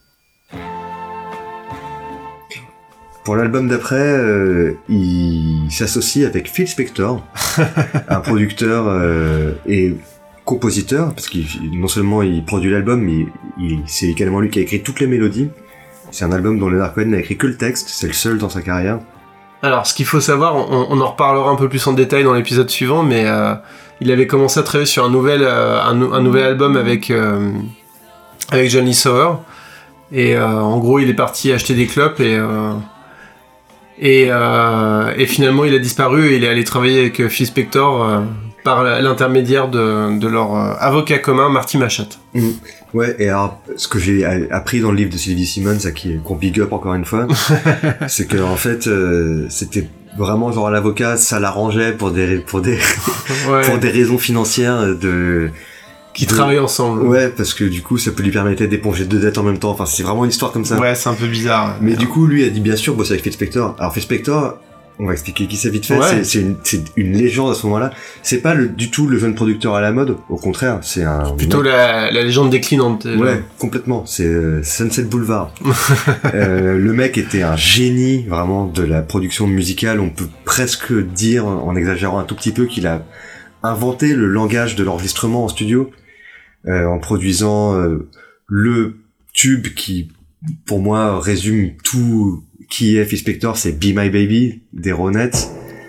Pour l'album d'après, euh, il s'associe avec Phil Spector, un producteur euh, et compositeur, parce qu'il non seulement il produit l'album, mais il, il, c'est également lui qui a écrit toutes les mélodies. C'est un album dont Leonard Cohen n'a écrit que le texte, c'est le seul dans sa carrière. Alors, ce qu'il faut savoir, on, on en reparlera un peu plus en détail dans l'épisode suivant, mais euh, il avait commencé à travailler sur un nouvel, euh, un, un nouvel album avec, euh, avec Johnny Sauer, et euh, en gros, il est parti acheter des clopes et... Euh, Et, euh, et finalement, il a disparu et il est allé travailler avec Phil Spector euh, par l'intermédiaire de, de leur euh, avocat commun, Marty Machat. Mmh. Ouais, et alors, ce que j'ai appris dans le livre de Sylvie Simmons, à qui qu'on big up encore une fois, c'est que en fait, euh, c'était vraiment genre l'avocat, ça l'arrangeait pour des pour des ouais. pour des raisons financières de qui de... travaillent ensemble. Ouais, parce que du coup, ça peut lui permettre d'éponger deux dettes en même temps. Enfin, c'est vraiment une histoire comme ça. Ouais, c'est un peu bizarre. Mais du coup, lui a dit bien sûr bosser avec Phil Spector. Alors Phil Spector, on va expliquer qui c'est vite fait. Ouais. C'est, c'est, une, c'est une légende à ce moment-là. C'est pas le, du tout le jeune producteur à la mode. Au contraire, c'est un c'est plutôt la, la légende déclinante. Ouais, genre. Complètement. C'est euh, Sunset Boulevard. euh, le mec était un génie vraiment de la production musicale. On peut presque dire, en exagérant un tout petit peu, qu'il a inventé le langage de l'enregistrement en studio. Euh, en produisant euh, le tube qui, pour moi, résume tout qui est Phil Spector, c'est Be My Baby des Ronettes.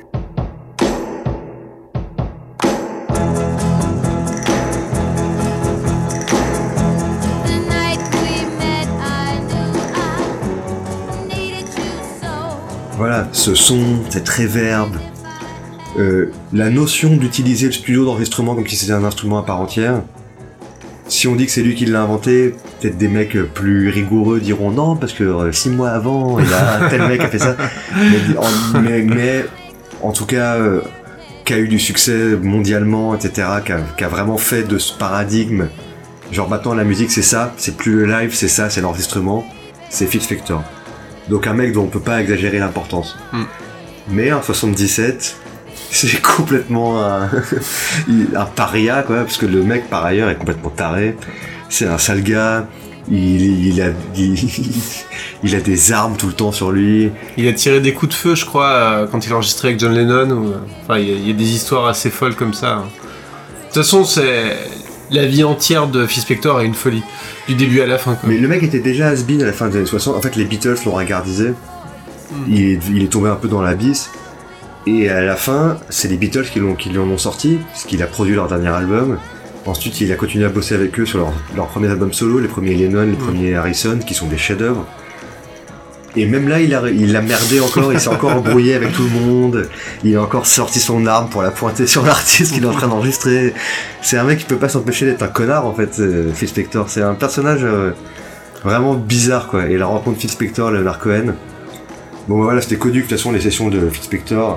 Voilà, ce son, cette reverb, euh, la notion d'utiliser le studio d'enregistrement comme si c'était un instrument à part entière. Si on dit que c'est lui qui l'a inventé, peut-être des mecs plus rigoureux diront non, parce que euh, six mois avant, il y a un tel mec qui a fait ça. Mais en, mais, mais, en tout cas, euh, qui a eu du succès mondialement, et cetera, qui a, qui a vraiment fait de ce paradigme, genre maintenant la musique c'est ça, c'est plus le live, c'est ça, c'est l'enregistrement, c'est Phil Spector. Donc un mec dont on peut pas exagérer l'importance. Mm. Mais en soixante-dix-sept, c'est complètement un, un paria, quoi, parce que le mec, par ailleurs, est complètement taré. C'est un sale gars. Il, il, a, il, il a des armes tout le temps sur lui. Il a tiré des coups de feu, je crois, quand il a enregistré avec John Lennon. Ou... Enfin, il y, a, il y a des histoires assez folles comme ça. De toute façon, c'est... La vie entière de Phil Spector est une folie, du début à la fin, quoi. Mais le mec était déjà has-been à la fin des années soixante. En fait, les Beatles l'ont ringardisé. Mm. Il, est, il est tombé un peu dans l'abysse. Et à la fin, c'est les Beatles qui l'ont, qui l'en ont sorti, parce qu'il a produit leur dernier album. Ensuite, il a continué à bosser avec eux sur leurs leur premiers albums solo, les premiers Lennon, les mmh. premiers Harrison, qui sont des chefs-d'œuvre. Et même là, il a, il a merdé encore, il s'est encore embrouillé avec tout le monde. Il a encore sorti son arme pour la pointer sur l'artiste qu'il est en train d'enregistrer. C'est un mec qui peut pas s'empêcher d'être un connard, en fait, Phil Spector. C'est un personnage euh, vraiment bizarre, quoi. Et la rencontre Phil Spector, Leonard Cohen. Bon, voilà, c'était connu, de toute façon, les sessions de Phil Spector.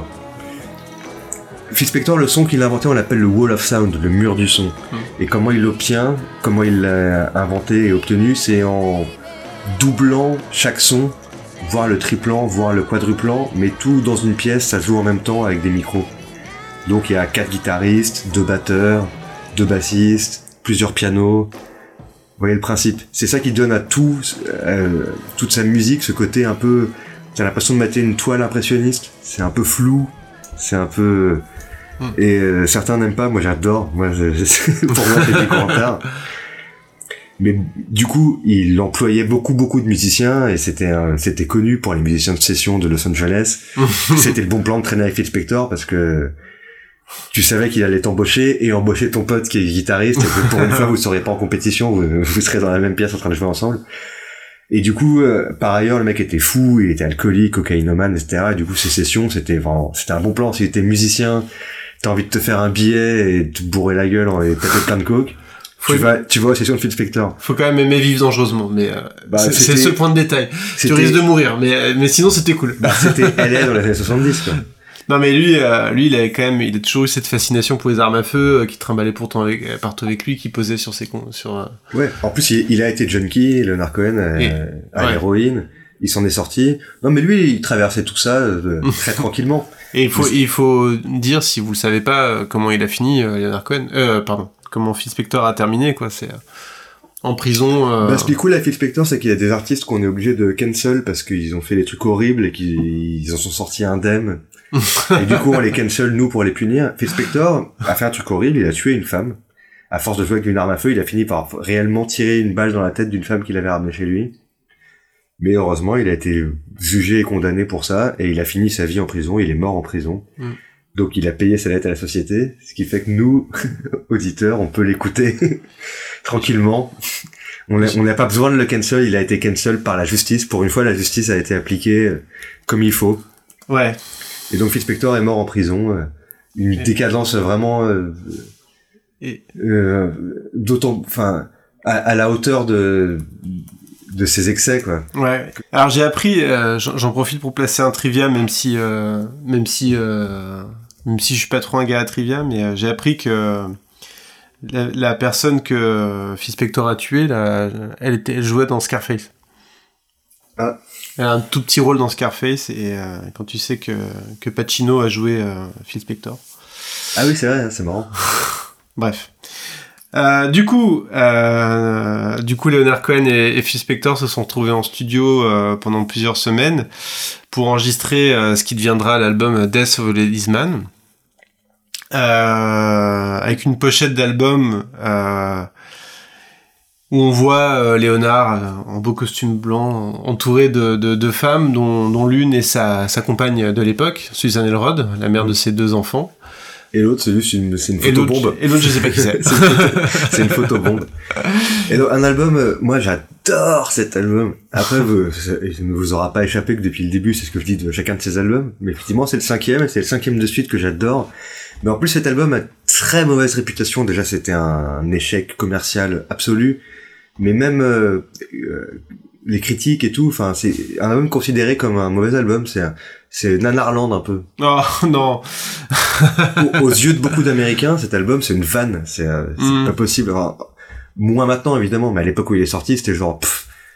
Phil Spector, le son qu'il a inventé, on l'appelle le Wall of Sound, le mur du son. Mmh. Et comment il l'obtient, comment il l'a inventé et obtenu, c'est en doublant chaque son, voire le triplant, voire le quadruplant, mais tout dans une pièce, ça joue en même temps avec des micros. Donc il y a quatre guitaristes, deux batteurs, deux bassistes, plusieurs pianos. Vous voyez le principe. C'est ça qui donne à tout, euh, toute sa musique, ce côté un peu... T'as l'impression de mater une toile impressionniste. C'est un peu flou, c'est un peu... Et euh, certains n'aiment pas, moi j'adore, moi je, je, pour moi c'est des commentaires. Mais du coup, il employait beaucoup beaucoup de musiciens et c'était un, c'était connu pour les musiciens de session de Los Angeles. C'était le bon plan de traîner avec Phil Spector parce que tu savais qu'il allait t'embaucher et embaucher ton pote qui est guitariste. Et que pour une fois, vous seriez pas en compétition, vous, vous serez dans la même pièce en train de jouer ensemble. Et du coup, euh, par ailleurs, le mec était fou, il était alcoolique, cocaïnomane, et cetera. Et du coup, ces sessions, c'était vraiment, c'était un bon plan. S'il était musicien, t'as envie de te faire un billet et te bourrer la gueule et taper plein de coke. Tu vas, tu vas aux sessions de Phil Spector. Faut quand même aimer vivre dangereusement, mais euh, bah, c'est, c'est ce point de détail. Tu risques de mourir, mais mais sinon c'était cool. Bah c'était L A dans les années soixante-dix, quoi. Non mais lui, euh, lui il avait quand même, il a toujours eu cette fascination pour les armes à feu, euh, qui trimballait pourtant avec, partout avec lui, qui posait sur ses cons, sur. Euh... Ouais. En plus il, il a été junkie, Leonard Cohen, euh, Et, à ouais. l'héroïne. Il s'en est sorti. Non mais lui, il traversait tout ça euh, très tranquillement. Et il faut, mais... il faut dire, si vous le savez pas, comment il a fini, euh, Leonard Cohen. Euh, pardon. Comment Phil Spector a terminé, quoi. C'est euh, en prison. Euh... Bah, ce qui est cool à Phil Spector, c'est qu'il y a des artistes qu'on est obligé de cancel parce qu'ils ont fait des trucs horribles et qu'ils en sont sortis indemnes. Et du coup, on les cancel, nous, pour les punir. Phil Spector a fait un truc horrible, il a tué une femme. À force de jouer avec une arme à feu, il a fini par réellement tirer une balle dans la tête d'une femme qu'il avait ramenée chez lui. Mais heureusement, il a été jugé et condamné pour ça, et il a fini sa vie en prison, il est mort en prison. Mm. Donc il a payé sa dette à la société, ce qui fait que nous, auditeurs, on peut l'écouter tranquillement. On n'a pas besoin de le cancel, il a été cancel par la justice. Pour une fois, la justice a été appliquée comme il faut. Ouais. Et donc Phil Spector est mort en prison. Une et... décadence vraiment... Euh, et... euh, d'autant... Enfin, à, à la hauteur de... de ses excès, quoi. Ouais. Alors j'ai appris, euh, j'en profite pour placer un trivia, même si, euh, même si, euh, même si je suis pas trop un gars à trivia, mais euh, j'ai appris que la, la personne que Phil Spector a tuée, là, elle était, elle jouait dans Scarface. Ah. Elle a un tout petit rôle dans Scarface, et euh, quand tu sais que que Pacino a joué euh, Phil Spector. Ah oui, c'est vrai, c'est marrant. Bref. Euh, du coup, euh, du coup, Leonard Cohen et, et Phil Spector se sont retrouvés en studio euh, pendant plusieurs semaines pour enregistrer euh, ce qui deviendra l'album Death of a Ladies Man, euh, avec une pochette d'album euh, où on voit euh, Léonard euh, en beau costume blanc, entouré de, de, de femmes, dont, dont l'une est sa, sa compagne de l'époque, Susan Elrod, la mère de ses deux enfants. Et l'autre, c'est juste une, c'est une photobombe. Et l'autre, je sais pas qui c'est. C'est une photobombe. Et donc, un album, euh, moi, j'adore cet album. Après, vous, ça ne vous aura pas échappé que depuis le début, c'est ce que je dis de chacun de ces albums. Mais effectivement, c'est le cinquième, et c'est le cinquième de suite que j'adore. Mais en plus, cet album a très mauvaise réputation. Déjà, c'était un, un échec commercial absolu. Mais même, euh, euh, les critiques et tout, enfin, c'est un album considéré comme un mauvais album. C'est un, c'est Nanarland un peu. Oh non. aux, aux yeux de beaucoup d'Américains, cet album c'est une vanne, c'est, euh, c'est mm. pas possible. Enfin, moins maintenant évidemment, mais à l'époque où il est sorti, c'était genre pff,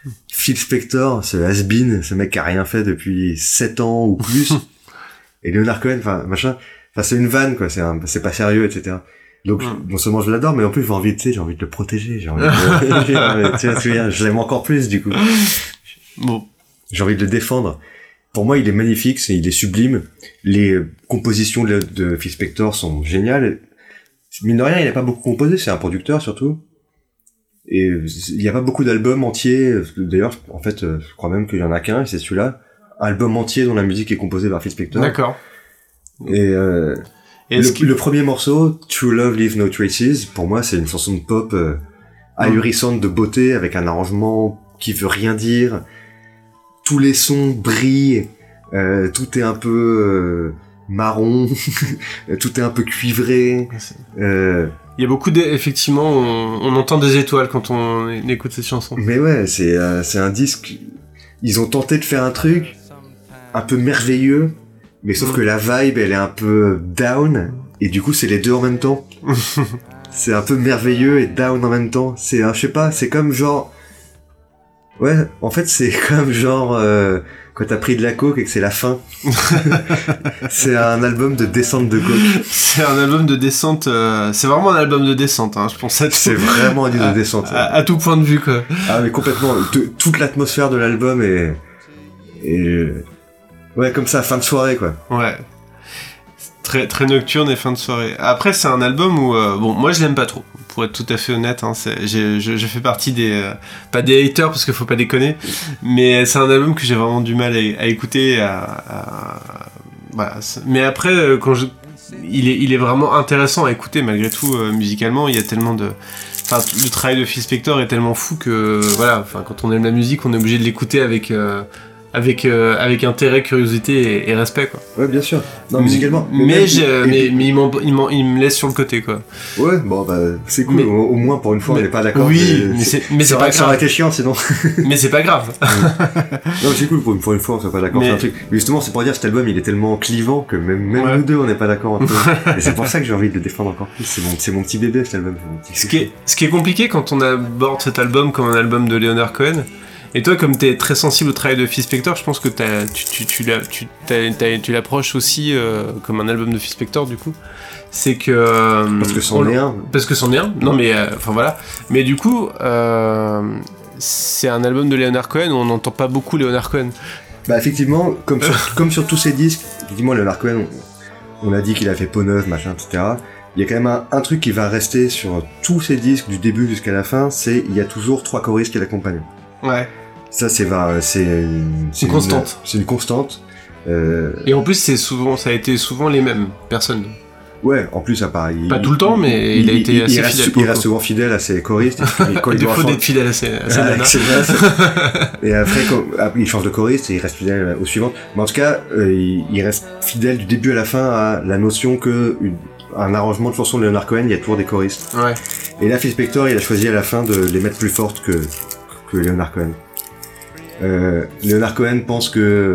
Phil Spector, ce has-been, ce mec qui a rien fait depuis sept ans ou plus, et Leonard Cohen, enfin machin, enfin c'est une vanne quoi, c'est un, c'est pas sérieux, et cetera. Donc mm. non seulement je l'adore, mais en plus j'ai envie, tu sais, j'ai envie de le protéger, j'ai envie de, tu vois, tu vois, je l'aime encore plus du coup. Bon, j'ai envie de le défendre. Pour moi, il est magnifique, c'est, il est sublime. Les compositions de, de Phil Spector sont géniales. Mine de rien, il n'a pas beaucoup composé, c'est un producteur surtout. Et il n'y a pas beaucoup d'albums entiers. D'ailleurs, en fait, je crois même qu'il y en a qu'un, et c'est celui-là. Album entier dont la musique est composée par Phil Spector. D'accord. Et, euh, et le, qu'il... le premier morceau, True Love Leaves No Traces, pour moi, c'est une chanson de pop euh, ahurissante de beauté, avec un arrangement qui veut rien dire. Tous les sons brillent, euh, tout est un peu euh, marron, tout est un peu cuivré. Euh, Il y a beaucoup de... effectivement, on, on entend des étoiles quand on écoute cette chanson. Mais ouais, c'est euh, c'est un disque. Ils ont tenté de faire un truc un peu merveilleux, mais sauf mmh. que la vibe, elle est un peu down, et du coup, c'est les deux en même temps. C'est un peu merveilleux et down en même temps. C'est, un, je sais pas, c'est comme genre. Ouais, en fait, c'est comme genre euh, quand t'as pris de la coke et que c'est la fin. C'est un album de descente de coke. C'est un album de descente. Euh, c'est vraiment un album de descente, hein. Je pense. À tout, c'est vraiment un disque de descente. À, à, à tout point de vue, quoi. Ah mais complètement. T- toute l'atmosphère de l'album est, est, ouais, comme ça, fin de soirée, quoi. Ouais. Très très nocturne et fin de soirée. Après, c'est un album où euh, bon, moi je l'aime pas trop. Pour être tout à fait honnête, hein, c'est, j'ai, je, je fais partie des euh, pas des haters parce qu'il faut pas déconner, mais c'est un album que j'ai vraiment du mal à, à écouter. À, à, voilà. Mais après, quand je, il est il est vraiment intéressant à écouter malgré tout euh, musicalement. Il y a tellement de, enfin le travail de Phil Spector est tellement fou que voilà. Enfin quand on aime la musique, on est obligé de l'écouter avec euh, avec euh, avec intérêt, curiosité et, et respect, quoi. Ouais, bien sûr. Non, musicalement. Mais mais, j'ai, et, mais, et, mais il, m'en, il, m'en, il me laisse sur le côté, quoi. Ouais, bon bah c'est cool. Mais, au, au moins pour une fois, mais, on n'est pas d'accord. Oui, mais, mais c'est mais c'est, c'est pas grave. Ça aurait été chiant sinon. Mais c'est pas grave. Non, mais c'est cool pour une, pour une fois, on soit pas d'accord mais... sur un truc. Mais justement, c'est pour dire cet album, il est tellement clivant que même même ouais. nous deux, on n'est pas d'accord entre nous. Et c'est pour ça que j'ai envie de le défendre encore plus. C'est mon c'est mon petit bébé cet album. Petit ce qui est ce qui est compliqué quand on aborde cet album comme un album de Leonard Cohen. Et toi, comme t'es très sensible au travail de Phil Spector, je pense que t'as, tu, tu, tu, l'as, tu, t'as, t'as, tu l'approches aussi euh, comme un album de Phil Spector, du coup. C'est que... Euh, parce que c'en est un. Parce que c'en est un. Non, mais... Enfin, euh, voilà. Mais du coup, euh, c'est un album de Leonard Cohen où on n'entend pas beaucoup Leonard Cohen. Bah, effectivement, comme sur, comme sur tous ses disques, effectivement, Leonard Cohen, on, on a dit qu'il a fait Peau Neuve, machin, et cetera. Il y a quand même un, un truc qui va rester sur tous ses disques, du début jusqu'à la fin, c'est il y a toujours trois choristes qui l'accompagnent. Ouais. Ça, c'est, c'est une, c'est une constante. Une, c'est une constante. Euh... Et en plus, c'est souvent, ça a été souvent les mêmes personnes. Ouais, en plus, à part. Il, pas tout le temps, mais il, il a été il, assez il fidèle. Reste, il reste souvent fidèle à ses choristes. Et quand il défaut d'être chanter... fidèle à ses, à ses ah, nanas. Et après, quand, après, il change de choriste et il reste fidèle au suivant. Mais en tout cas, euh, il, il reste fidèle du début à la fin à la notion que une, un arrangement de chanson de Leonard Cohen, il y a toujours des choristes. Ouais. Et là, Phil Spector, il a choisi à la fin de les mettre plus fortes que, que Leonard Cohen. Euh, Leonard Cohen pense que,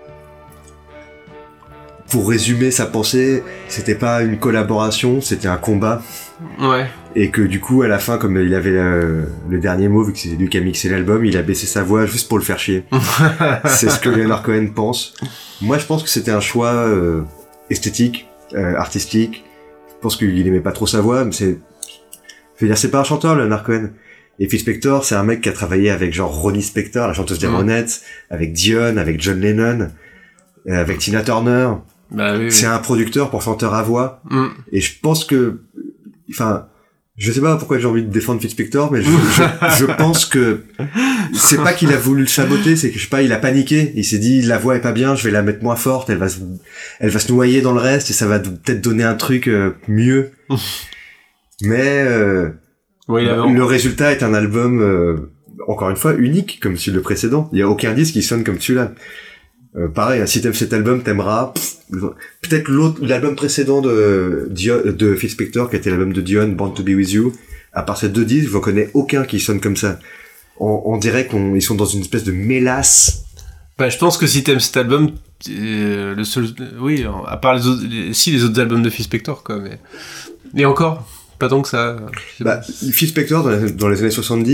pour résumer sa pensée, c'était pas une collaboration, c'était un combat. Ouais. Et que du coup, à la fin, comme il avait le, le dernier mot, vu que c'est lui qui a mixé l'album, il a baissé sa voix juste pour le faire chier. C'est ce que Leonard Cohen pense. Moi, je pense que c'était un choix euh, esthétique, euh, artistique. Je pense qu'il aimait pas trop sa voix, mais c'est... Je veux dire, c'est pas un chanteur, Leonard Cohen. Et Phil Spector, c'est un mec qui a travaillé avec genre Ronnie Spector, la chanteuse des mmh. Ronettes, avec Dion, avec John Lennon, euh, avec Tina Turner. Bah, oui, c'est oui. un producteur pour chanteur à voix. Mmh. Et je pense que, enfin, je sais pas pourquoi j'ai envie de défendre Phil Spector, mais je, je, je pense que c'est pas qu'il a voulu le saboter, c'est que je sais pas, il a paniqué. Il s'est dit, la voix est pas bien, je vais la mettre moins forte, elle va se, elle va se noyer dans le reste et ça va peut-être donner un truc euh, mieux. Mais, euh, oui, le résultat est un album, euh, encore une fois, unique, comme celui le précédent. Il y a aucun disque qui sonne comme celui-là. Euh, pareil, si t'aimes cet album, t'aimeras pff, peut-être l'autre, l'album précédent de Dion, de Phil Spector, qui était l'album de Dion, Born to Be With You. À part ces deux disques, je ne connais aucun qui sonne comme ça. On, on dirait qu'ils sont dans une espèce de mélasse. Bah, je pense que si t'aimes cet album, euh, le seul, oui, à part les autres, les, si les autres albums de Phil Spector, quoi, mais, et encore. Pas tant que ça. Bah, Phil Spector, dans les, dans les années soixante-dix,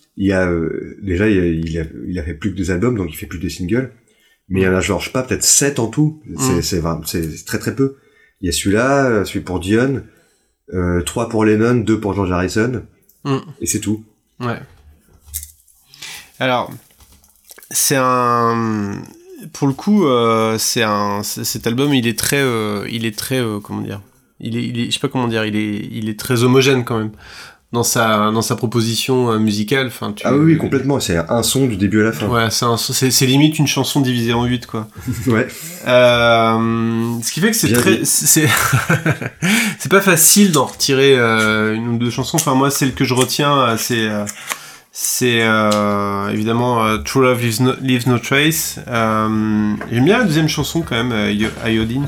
il y a euh, déjà il a, il a il a fait plus que deux albums, donc il fait plus de singles, mais il y en a genre je sais pas peut-être sept en tout. C'est mm. c'est c'est, c'est très très peu. Il y a celui-là, celui pour Dion, euh, trois pour Lennon, deux pour George Harrison, mm. et c'est tout. Ouais. Alors, c'est un, pour le coup, euh, c'est un, cet album, il est très, euh, il est très, euh, comment dire, il est, il est, je sais pas comment dire, il est, il est très homogène quand même dans sa, dans sa proposition euh, musicale. Enfin, tu, ah oui, oui, complètement. C'est un son du début à la fin. Ouais, c'est un, c'est, c'est limite une chanson divisée en huit, quoi. Ouais. Euh, ce qui fait que c'est Bien très, dit. c'est, c'est pas facile d'en retirer euh, une ou deux chansons. Enfin, moi, celle que je retiens, c'est euh, C'est euh, évidemment euh, True Love Leaves No, Leaves no Trace. Euh, j'aime bien la deuxième chanson quand même, euh, Iodine.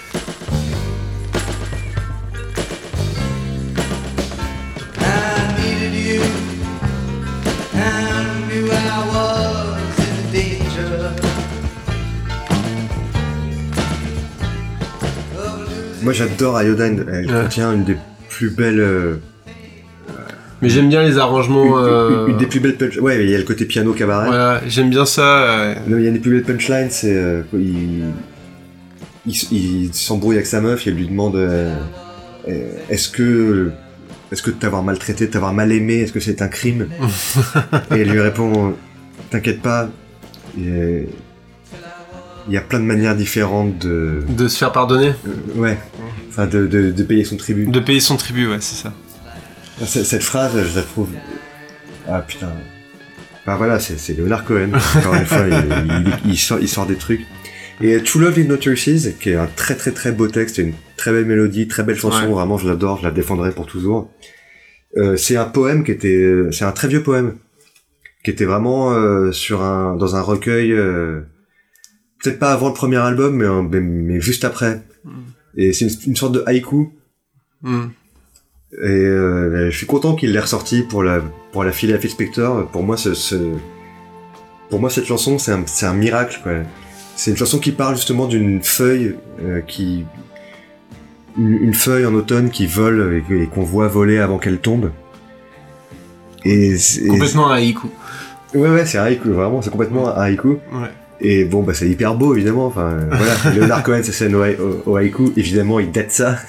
Moi j'adore Iodine, elle ouais. contient une des plus belles... Euh... Mais j'aime bien les arrangements. Une, euh... une, une des plus belles punchlines. Ouais, il y a le côté piano cabaret. Ouais, j'aime bien ça. Euh... Non, il y a une des plus belles punchlines, c'est euh, il... Il, il, il s'embrouille avec sa meuf et elle lui demande euh, est-ce que est-ce que t'avoir maltraité, t'avoir mal aimé, est-ce que c'est un crime? Et elle lui répond t'inquiète pas, il y a plein de manières différentes de de se faire pardonner. Euh, ouais. Enfin de, de de payer son tribut. De payer son tribut, ouais, c'est ça. Cette phrase, je la trouve... Ah putain... Enfin voilà, c'est, c'est Leonard Cohen. Encore une fois, il, il, il, sort, il sort des trucs. Et True Love Leaves no Traces, qui est un très très très beau texte, une très belle mélodie, très belle chanson, ouais. Vraiment je l'adore, je la défendrai pour toujours. Euh, c'est un poème qui était... C'est un très vieux poème. Qui était vraiment euh, sur un dans un recueil... Euh, peut-être pas avant le premier album, mais, mais, mais juste après. Mm. Et c'est une, une sorte de haïku. Mm. Et euh, je suis content qu'il l'ait ressorti pour la pour la filer à Phil Spector. Pour moi, ce, ce pour moi cette chanson c'est un c'est un miracle quoi. C'est une chanson qui parle justement d'une feuille euh, qui une, une feuille en automne qui vole et, et qu'on voit voler avant qu'elle tombe. Et, et complètement un haïku. Ouais ouais, c'est un haïku vraiment, c'est complètement un haïku. Ouais. Et bon bah c'est hyper beau évidemment. Enfin voilà, Leonard Cohen sa scène au, au, au haïku, évidemment il date ça.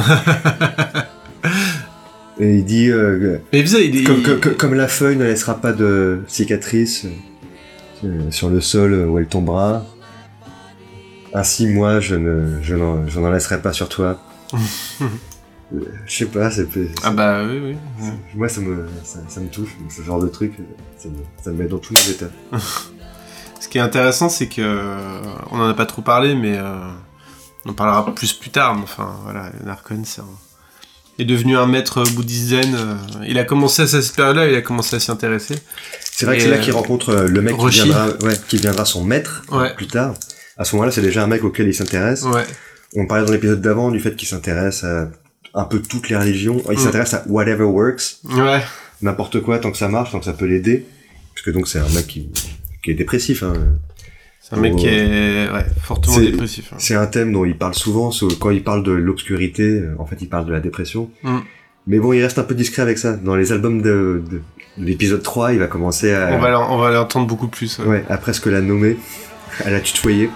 Et il dit euh, mais vous avez, comme, il... comme, comme la feuille ne laissera pas de cicatrice euh, sur le sol où elle tombera, ainsi moi je ne je n'en, je n'en laisserai pas sur toi. Je sais pas, c'est, c'est ah bah oui oui. C'est, moi ça me ça, ça me touche ce genre de truc, ça me, ça me met dans tous les états. Ce qui est intéressant c'est que on en a pas trop parlé mais euh, on en parlera plus plus tard. Mais enfin voilà, Leonard Cohen c'est un est devenu un maître bouddhiste zen. Il a commencé à cette période-là, il a commencé à s'y intéresser. C'est vrai et que c'est là qu'il rencontre le mec qui viendra, ouais, qui viendra son maître ouais. plus tard. À ce moment-là, c'est déjà un mec auquel il s'intéresse. Ouais. On parlait dans l'épisode d'avant du fait qu'il s'intéresse à un peu toutes les religions. Il mm. s'intéresse à whatever works. Ouais. N'importe quoi, tant que ça marche, tant que ça peut l'aider. Parce que donc c'est un mec qui, qui est dépressif. Hein. C'est un mec qui est ouais, fortement c'est, dépressif. Hein. C'est un thème dont il parle souvent. Quand il parle de l'obscurité, en fait, il parle de la dépression. Mm. Mais bon, il reste un peu discret avec ça. Dans les albums de, de, de l'épisode trois, il va commencer à... On va, on va l'entendre beaucoup plus. Ouais, ouais à presque la nommer, à la tutoyer.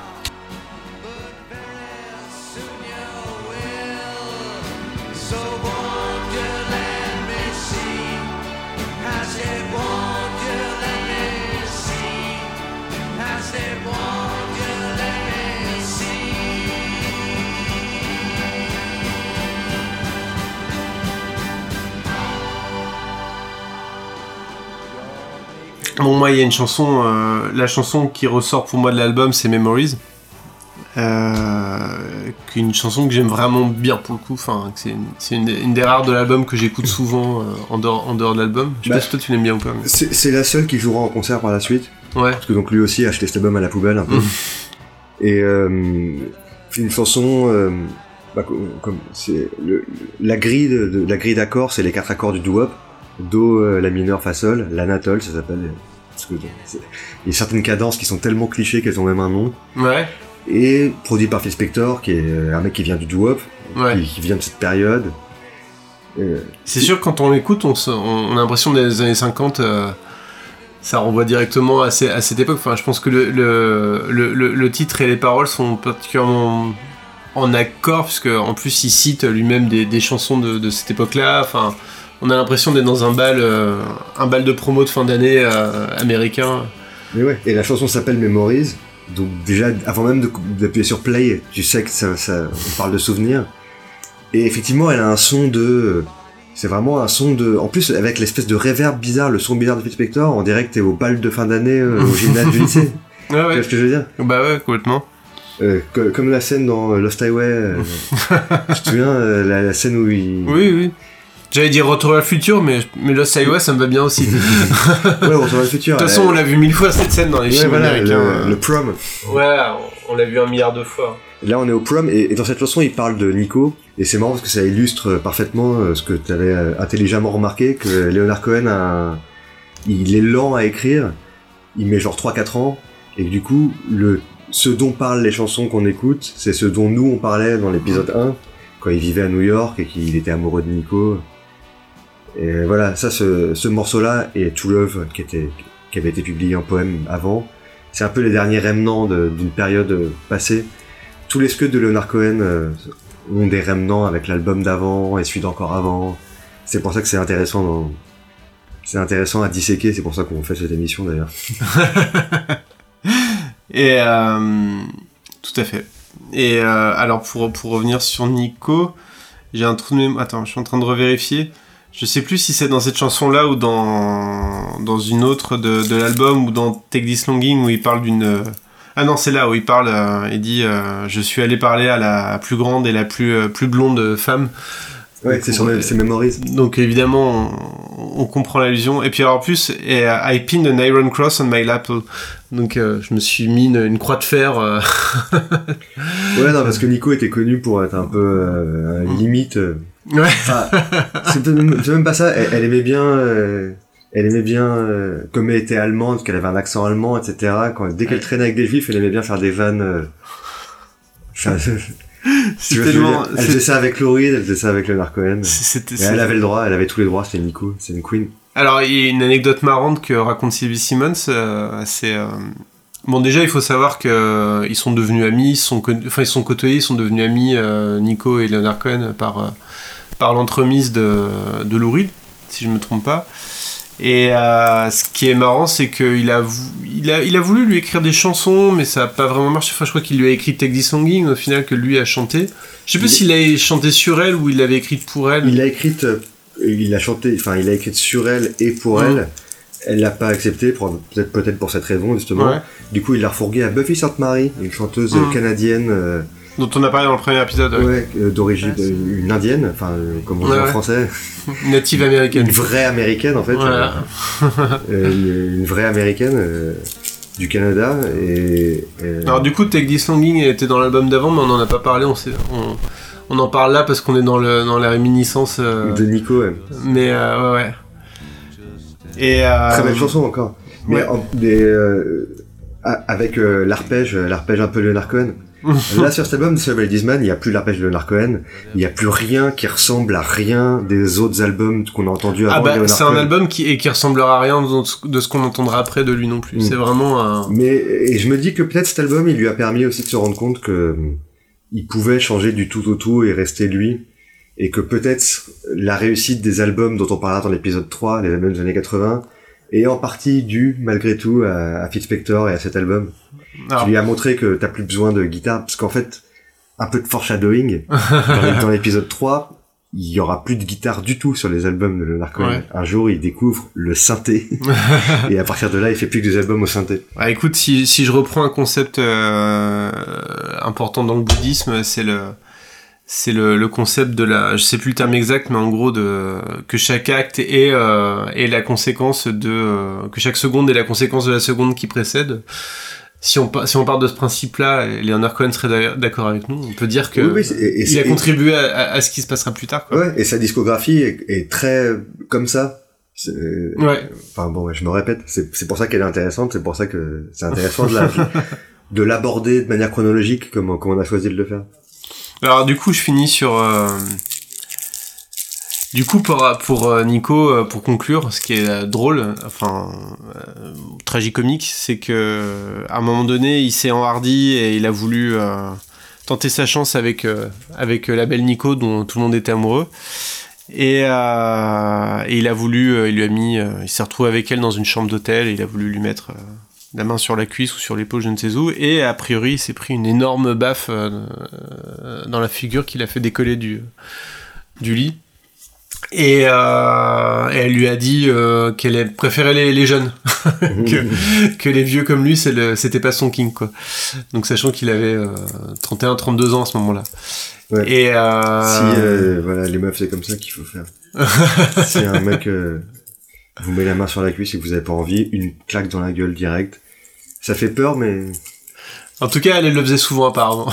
Bon, moi, il y a une chanson, euh, la chanson qui ressort pour moi de l'album, c'est Memories. Euh, une chanson que j'aime vraiment bien pour le coup. Enfin, c'est, une, c'est une, une des rares de l'album que j'écoute souvent euh, en, dehors, en dehors de l'album. Je sais bah, pas si toi tu l'aimes bien ou pas. Mais... C'est, c'est la seule qui jouera en concert par la suite. Ouais. Parce que donc lui aussi a acheté cet album à la poubelle un peu. Mmh. Et euh, une chanson, euh, bah, comme c'est le, la grille de, de la grille d'accords, c'est les quatre accords du doo-wop. Do, euh, la mineur, fa sol, l'anatole, ça s'appelle. Parce que il y a certaines cadences qui sont tellement clichés qu'elles ont même un nom. Ouais. Et produit par Phil Spector, qui est un mec qui vient du doo-wop, ouais. qui, qui vient de cette période. Euh, c'est sûr, quand on l'écoute, on, se, on a l'impression des années cinquante. Euh, ça renvoie directement à, ces, à cette époque. Enfin, je pense que le, le, le, le, le titre et les paroles sont particulièrement en accord, puisque en plus il cite lui-même des, des chansons de, de cette époque-là. Enfin, on a l'impression d'être dans un bal, euh, un bal de promo de fin d'année euh, américain. Mais ouais, et la chanson s'appelle Memories, donc déjà, avant même de, d'appuyer sur play, tu sais que ça, ça, on parle de souvenirs. Et effectivement, elle a un son de... C'est vraiment un son de... En plus, avec l'espèce de reverb bizarre, le son bizarre de Phil Spector, on dirait que t'es au bal de fin d'année euh, au gymnase du lycée. Ah ouais. Tu vois ce que je veux dire ? Bah ouais, complètement. Euh, co- comme la scène dans Lost Highway. Euh, tu te souviens, euh, la, la scène où il... Oui, oui. J'allais dire Retour à le futur, mais, mais Lost Highway, ça me va bien aussi. Ouais, Retour à le futur. De toute façon, on l'a vu mille fois cette scène dans les ouais, films voilà, américains. Le, le prom. Ouais, on, on l'a vu un milliard de fois. Là, on est au prom, et, et dans cette chanson, il parle de Nico, et c'est marrant parce que ça illustre parfaitement euh, ce que tu avais euh, intelligemment remarqué, que Leonard Cohen, a un... il est lent à écrire, il met genre trois quatre ans, et que du coup, le... ce dont parlent les chansons qu'on écoute, c'est ce dont nous on parlait dans l'épisode un, quand il vivait à New York et qu'il était amoureux de Nico. Et voilà, ça, ce, ce morceau-là, et To Love, qui, était, qui avait été publié en poème avant, c'est un peu les derniers remnants de, d'une période passée. Tous les scuds de Leonard Cohen euh, ont des remnants avec l'album d'avant et celui d'encore avant. C'est pour ça que c'est intéressant dans... c'est intéressant à disséquer, c'est pour ça qu'on fait cette émission d'ailleurs. Et euh, tout à fait. Et euh, alors pour pour revenir sur Nico, j'ai un trou de mémoire. Attends, je suis en train de revérifier. Je sais plus si c'est dans cette chanson-là ou dans dans une autre de de l'album ou dans Take This Longing où il parle d'une. Ah non, c'est là où il parle. Euh, il dit euh, je suis allé parler à la plus grande et la plus euh, plus blonde femme. Ouais, donc, c'est sur on, ses Memories. Donc évidemment, on, on comprend l'allusion. Et puis alors en plus, et, uh, I pinned an iron cross on my lapel. Donc euh, je me suis mis une, une croix de fer. Euh... Ouais, non, parce que Nico était connu pour être un peu euh, limite. Euh... Ouais. Enfin, c'est, même, c'est même pas ça. Elle, elle aimait bien. Euh... Elle aimait bien, euh, comme elle était allemande, qu'elle avait un accent allemand, et cetera. Quand, dès qu'elle traînait avec des juifs, elle aimait bien faire des vannes. Euh... Enfin, c'est tu vois, tellement, elle faisait ça avec Lou Reed, elle faisait ça avec Leonard Cohen. C'était, et elle avait le droit, elle avait tous les droits, c'était Nico, c'est une queen. Alors, il y a une anecdote marrante que raconte Sylvie Simmons, euh, c'est... Euh... Bon, déjà, il faut savoir qu'ils euh, sont devenus amis, ils sont, con... enfin, ils sont côtoyés, ils sont devenus amis, euh, Nico et Leonard Cohen, par, euh, par l'entremise de, de Lou Reed, si je me trompe pas. Et euh, ce qui est marrant, c'est qu'il a, il a, il a voulu lui écrire des chansons, mais ça n'a pas vraiment marché. Enfin, je crois qu'il lui a écrit Take This Longing, au final, que lui a chanté. Je sais plus il s'il a chanté sur elle ou il l'avait écrite pour elle. Il l'a écrite, euh, il a chanté, enfin, il l'a écrite sur elle et pour mmh. elle. Elle l'a pas accepté, pour, peut-être, peut-être pour cette raison, justement. Ouais. Du coup, il l'a refourgué à Buffy Sainte Marie, une chanteuse mmh. canadienne. Euh, dont on a parlé dans le premier épisode. Ouais, ouais euh, d'origine, ouais, une indienne, enfin, euh, comme on dit ouais, en ouais. français. Native américaine. Une vraie américaine, en fait. Voilà. Euh, une, une vraie américaine euh, du Canada. Et, et... Alors, du coup, Take This Longing était dans l'album d'avant, mais on en a pas parlé, on sait. On... On en parle là parce qu'on est dans, le, dans la réminiscence euh... de Nico, ouais. Mais euh, ouais, ouais. Et, euh... très belle chanson encore. Mais, ouais. en, mais euh, avec euh, l'arpège, l'arpège un peu Leonard Cohen. Là sur cet album de Survival This Man, il n'y a plus l'arpège de Leonard Cohen, il n'y a plus rien qui ressemble à rien des autres albums qu'on a entendus avant. Ah bah Leonard c'est Cohen. Un album qui et qui ressemblera à rien de ce qu'on entendra après de lui non plus. Mm. C'est vraiment un. Mais et je me dis que peut-être cet album il lui a permis aussi de se rendre compte que il pouvait changer du tout au tout et rester lui, et que peut-être la réussite des albums dont on parlera dans l'épisode trois, les albums des années quatre-vingts, est en partie due malgré tout à, à Phil Spector et à cet album. Alors. Qui lui a montré que t'as plus besoin de guitare, parce qu'en fait, un peu de foreshadowing, dans, dans l'épisode trois, il y aura plus de guitare du tout sur les albums de Leonard Cohen. Ouais. Un jour, il découvre le synthé, et à partir de là, il fait plus que des albums au synthé. Ah, écoute, si, si je reprends un concept euh, important dans le bouddhisme, c'est le... C'est le, le concept de la, je sais plus le terme exact, mais en gros de que chaque acte est euh, est la conséquence de euh, que chaque seconde est la conséquence de la seconde qui précède. Si on si on part de ce principe-là, Leonard Cohen serait d'accord avec nous. On peut dire que oui, oui, et, et il a contribué à, à, à ce qui se passera plus tard. Quoi. Ouais, et sa discographie est, est très comme ça. C'est, ouais. Enfin bon, je me répète. C'est c'est pour ça qu'elle est intéressante. C'est pour ça que c'est intéressant de la de l'aborder de manière chronologique, comme comme on a choisi de le faire. Alors du coup, je finis sur euh, Du coup, pour, pour Nico, pour conclure, ce qui est drôle, enfin, euh, tragicomique, c'est que à un moment donné, il s'est enhardi et il a voulu euh, tenter sa chance avec, euh, avec la belle Nico, dont tout le monde était amoureux. Et, euh, et il a voulu, euh, il lui a mis, euh, il s'est retrouvé avec elle dans une chambre d'hôtel et il a voulu lui mettre euh, la main sur la cuisse ou sur l'épaule, je ne sais où. Et a priori, il s'est pris une énorme baffe euh, dans la figure qui l'a fait décoller du, du lit. Et, euh, et elle lui a dit euh, qu'elle préférait les, les jeunes que, que les vieux comme lui, c'est le, c'était pas son king, quoi. Donc sachant qu'il avait euh, trente et un trente-deux ans à ce moment-là. Ouais. Et euh... si euh, voilà, les meufs, c'est comme ça qu'il faut faire. Si un mec euh, vous met la main sur la cuisse et que vous avez pas envie, une claque dans la gueule direct. Ça fait peur, mais en tout cas, elle le faisait souvent apparemment.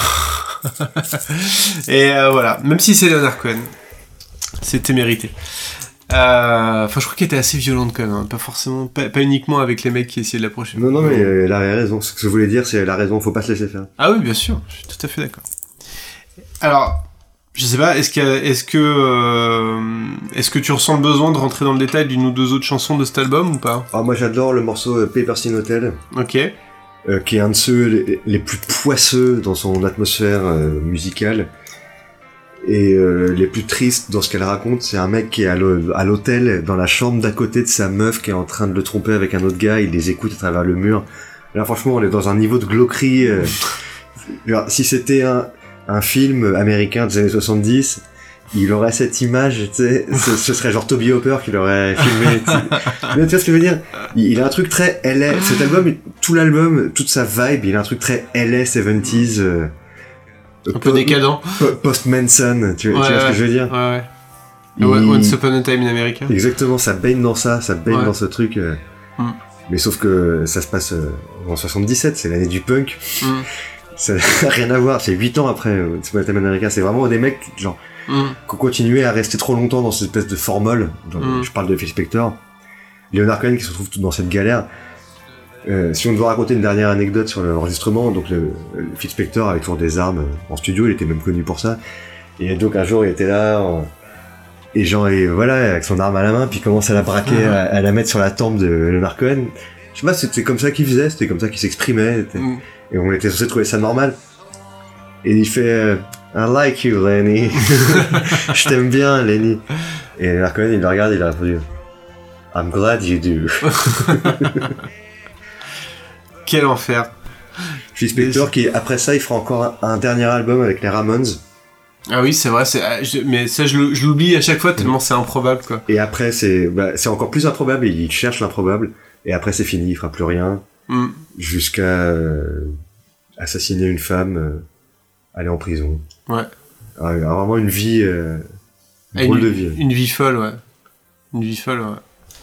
Et euh, voilà, même si c'est Leonard Cohen, c'était mérité. Enfin, euh, je crois qu'elle était assez violente quand même, hein. Pas forcément, pas, pas uniquement avec les mecs qui essayaient de l'approcher. Non, non, mais elle a raison. Ce que je voulais dire, c'est elle a raison. Faut pas se laisser faire. Ah oui, bien sûr, je suis tout à fait d'accord. Alors, je sais pas, est-ce, qu'il y a, est-ce que euh, est-ce que tu ressens le besoin de rentrer dans le détail d'une ou deux autres chansons de cet album ou pas ? Ah, moi j'adore le morceau euh, Paper Scene Hotel. Ok. Euh, qui est un de ceux les, les plus poisseux dans son atmosphère euh, musicale. Et euh, les plus tristes dans ce qu'elle raconte, c'est un mec qui est à, à l'hôtel, dans la chambre d'à côté de sa meuf qui est en train de le tromper avec un autre gars, il les écoute à travers le mur. Là franchement on est dans un niveau de glauquerie. Euh, alors, si c'était un, un film américain des années soixante-dix, il aurait cette image, tu sais, ce, ce serait genre Toby Hopper qui l'aurait filmé. Mais tu vois ce que je veux dire ? il, il a un truc très L A, cet album, tout l'album, toute sa vibe, il a un truc très L A soixante-dix. Euh, Un peu décadent. Post-Manson, tu, ouais, tu vois ouais, ce que je veux dire ? Ouais, ouais. Il... Once Upon a Time in America. Exactement, ça baigne dans ça, ça baigne ouais. dans ce truc. Euh... Mm. Mais sauf que ça se passe euh, en soixante-dix-sept, c'est l'année du punk. Mm. Ça n'a rien à voir, c'est huit ans après euh, Once Upon a Time in America. C'est vraiment des mecs genre, mm. qui ont continué à rester trop longtemps dans cette espèce de formule. Dans, mm. Je parle de Phil Spector. Leonard Cohen qui se retrouve tout dans cette galère. Euh, si on devait raconter une dernière anecdote sur l'enregistrement, donc le, le Phil Spector avait toujours des armes en studio, il était même connu pour ça. Et donc un jour il était là, en... et genre et voilà avec son arme à la main, puis il commence à la braquer, mmh. à, à la mettre sur la tempe de Leonard Cohen. Je sais pas, c'était comme ça qu'il faisait, c'était comme ça qu'il s'exprimait, mmh. et on était censé trouver ça normal. Et il fait I like you, Lenny. Je t'aime bien, Lenny. Et Leonard Cohen il le regarde, il a répondu I'm glad you do. Quel enfer. Phil Spector qui, après ça, il fera encore un, un dernier album avec les Ramones. Ah oui, c'est vrai, c'est, je, mais ça, je, je l'oublie à chaque fois tellement mmh. c'est improbable, quoi. Et après, c'est, bah, c'est encore plus improbable, il cherche l'improbable. Et après, c'est fini, il fera plus rien. Mmh. Jusqu'à euh, assassiner une femme, euh, aller en prison. Ouais. Alors, vraiment une vie, euh, une drôle de vie. Une vie folle, ouais. Une vie folle, ouais.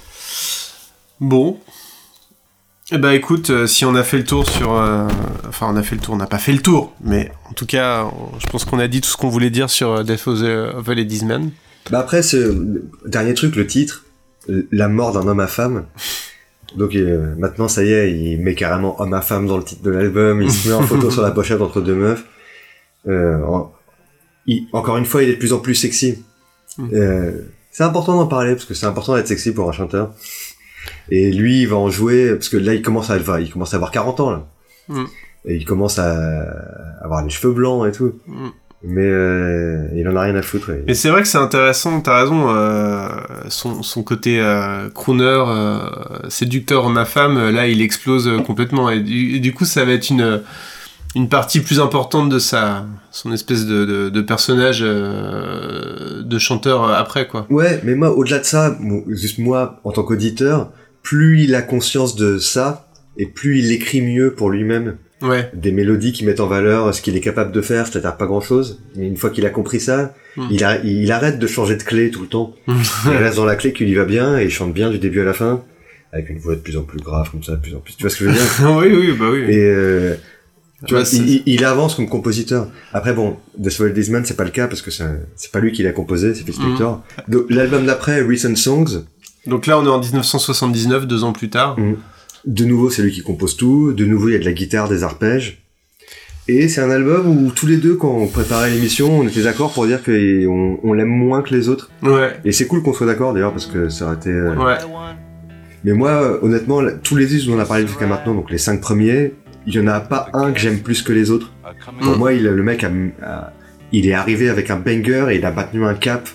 Bon. Eh ben écoute, euh, si on a fait le tour sur... Euh, enfin, on a fait le tour, on n'a pas fait le tour, mais en tout cas, on, je pense qu'on a dit tout ce qu'on voulait dire sur Death of, the, of a Ladies Man. Bah après, ce dernier truc, le titre, La mort d'un homme à femme. Donc euh, maintenant, ça y est, il met carrément homme à femme dans le titre de l'album, il se met en photo sur la pochette entre deux meufs. Euh, en, il, encore une fois, il est de plus en plus sexy. Euh, c'est important d'en parler, parce que c'est important d'être sexy pour un chanteur. Et lui, il va en jouer, parce que là, il commence à, il commence à avoir quarante ans, là. Mm. Et il commence à avoir les cheveux blancs et tout. Mm. Mais euh, il en a rien à foutre. Ouais. Mais c'est vrai que c'est intéressant, t'as raison, euh, son, son côté euh, crooner, euh, séducteur homme à femme, là, il explose complètement. Et du, et du coup, ça va être une, une partie plus importante de sa, son espèce de, de, de personnage euh, de chanteur après, quoi. Ouais, mais moi, au-delà de ça, juste moi, en tant qu'auditeur, plus il a conscience de ça, et plus il écrit mieux pour lui-même. Ouais. Des mélodies qui mettent en valeur ce qu'il est capable de faire, c'est-à-dire pas grand-chose. Et une fois qu'il a compris ça, mmh. il, a, il arrête de changer de clé tout le temps. Mmh. Il reste dans la clé qui lui va bien, et il chante bien du début à la fin, avec une voix de plus en plus grave, comme ça, de plus en plus. Tu vois ce que je veux dire? Oui, oui, bah oui. Et euh, tu vois, il, il avance comme compositeur. Après, bon, Death of a Ladies Man, c'est pas le cas, parce que c'est, c'est pas lui qui l'a composé, c'est Phil Spector. Mmh. Donc, l'album d'après, Recent Songs. Donc là, on est en dix-neuf cent soixante-dix-neuf, deux ans plus tard. Mmh. De nouveau, c'est lui qui compose tout. De nouveau, il y a de la guitare, des arpèges. Et c'est un album où tous les deux, quand on préparait l'émission, on était d'accord pour dire qu'on on l'aime moins que les autres. Ouais. Et c'est cool qu'on soit d'accord d'ailleurs parce que ça aurait été. Euh... Ouais. Mais moi, honnêtement, tous les disques dont on a parlé jusqu'à maintenant, donc les cinq premiers, il y en a pas un que j'aime plus que les autres. Pour mm. moi, il, le mec a, a, il est arrivé avec un banger et il a maintenu un cap.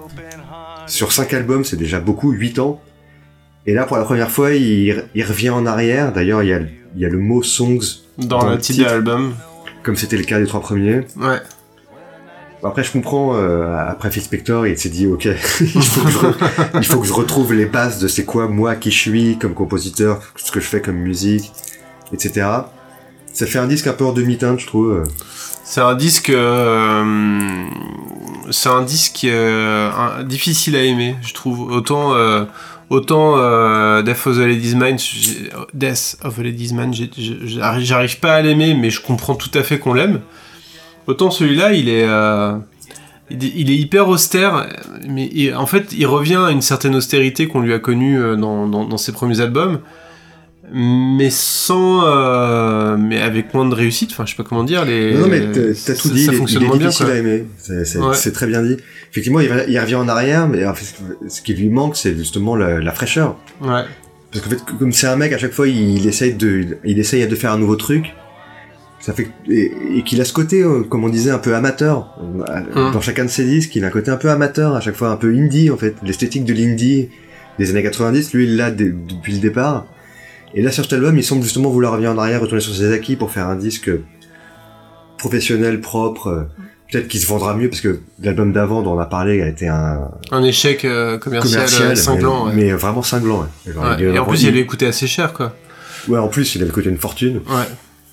Sur cinq albums, c'est déjà beaucoup, huit ans. Et là, pour la première fois, il, il revient en arrière. D'ailleurs, il y a, il y a le mot songs dans, dans le titre de l'album. Comme c'était le cas des trois premiers. Ouais. Bon, après, je comprends, euh, après Phil Spector, il s'est dit, ok, il, faut que je re... il faut que je retrouve les bases de c'est quoi, moi, qui je suis, comme compositeur, ce que je fais comme musique, et cetera. Ça fait un disque un peu en demi-teinte, je trouve. C'est un disque... Euh, c'est un disque euh, un, difficile à aimer, je trouve. Autant... Euh, Autant euh, Death of the Ladies Man, Death of the Ladies Man, j'ai, j'ai, j'arrive pas à l'aimer, mais je comprends tout à fait qu'on l'aime. Autant celui-là, il est, euh, il est hyper austère, mais il, en fait, il revient à une certaine austérité qu'on lui a connue dans, dans, dans ses premiers albums, mais sans, euh, mais avec moins de réussite. Enfin, je sais pas comment dire. Les, non, non mais t'as, t'as tout dit. Ça il, fonctionne il est moins bien. Difficile à aimer. C'est, c'est, ouais. c'est très bien dit. Effectivement, il, il revient en arrière, mais en fait, ce qui lui manque, c'est justement la, la fraîcheur. Ouais. Parce qu'en fait, comme c'est un mec, à chaque fois, il, il essaye de, il essaye de faire un nouveau truc. Ça fait et, et qu'il a ce côté, comme on disait, un peu amateur. Hum. Dans chacun de ses disques, il a un côté un peu amateur, à chaque fois un peu indie, en fait. L'esthétique de l'indie des années quatre-vingt-dix, lui, il l'a d- depuis le départ. Et là, sur cet album, il semble justement vouloir revenir en arrière, retourner sur ses acquis pour faire un disque professionnel, propre, peut-être qu'il se vendra mieux, parce que l'album d'avant dont on a parlé a été un... Un échec euh, commercial, commercial euh, cinglant. Mais, ouais. mais vraiment cinglant, ouais. Genre, ouais. Et en plus, il avait coûté assez cher, quoi. Ouais, en plus, il avait coûté une fortune. Ouais.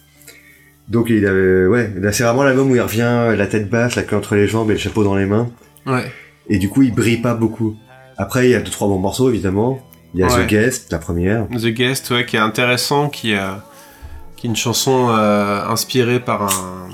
Donc, il avait... Ouais, là, c'est vraiment l'album où il revient, la tête basse, la queue entre les jambes et le chapeau dans les mains. Ouais. Et du coup, il brille pas beaucoup. Après, il y a deux, trois bons morceaux, évidemment. Il y a ouais. The Guest, la première. The Guest, ouais, qui est intéressant, qui, euh, qui est une chanson euh, inspirée par un,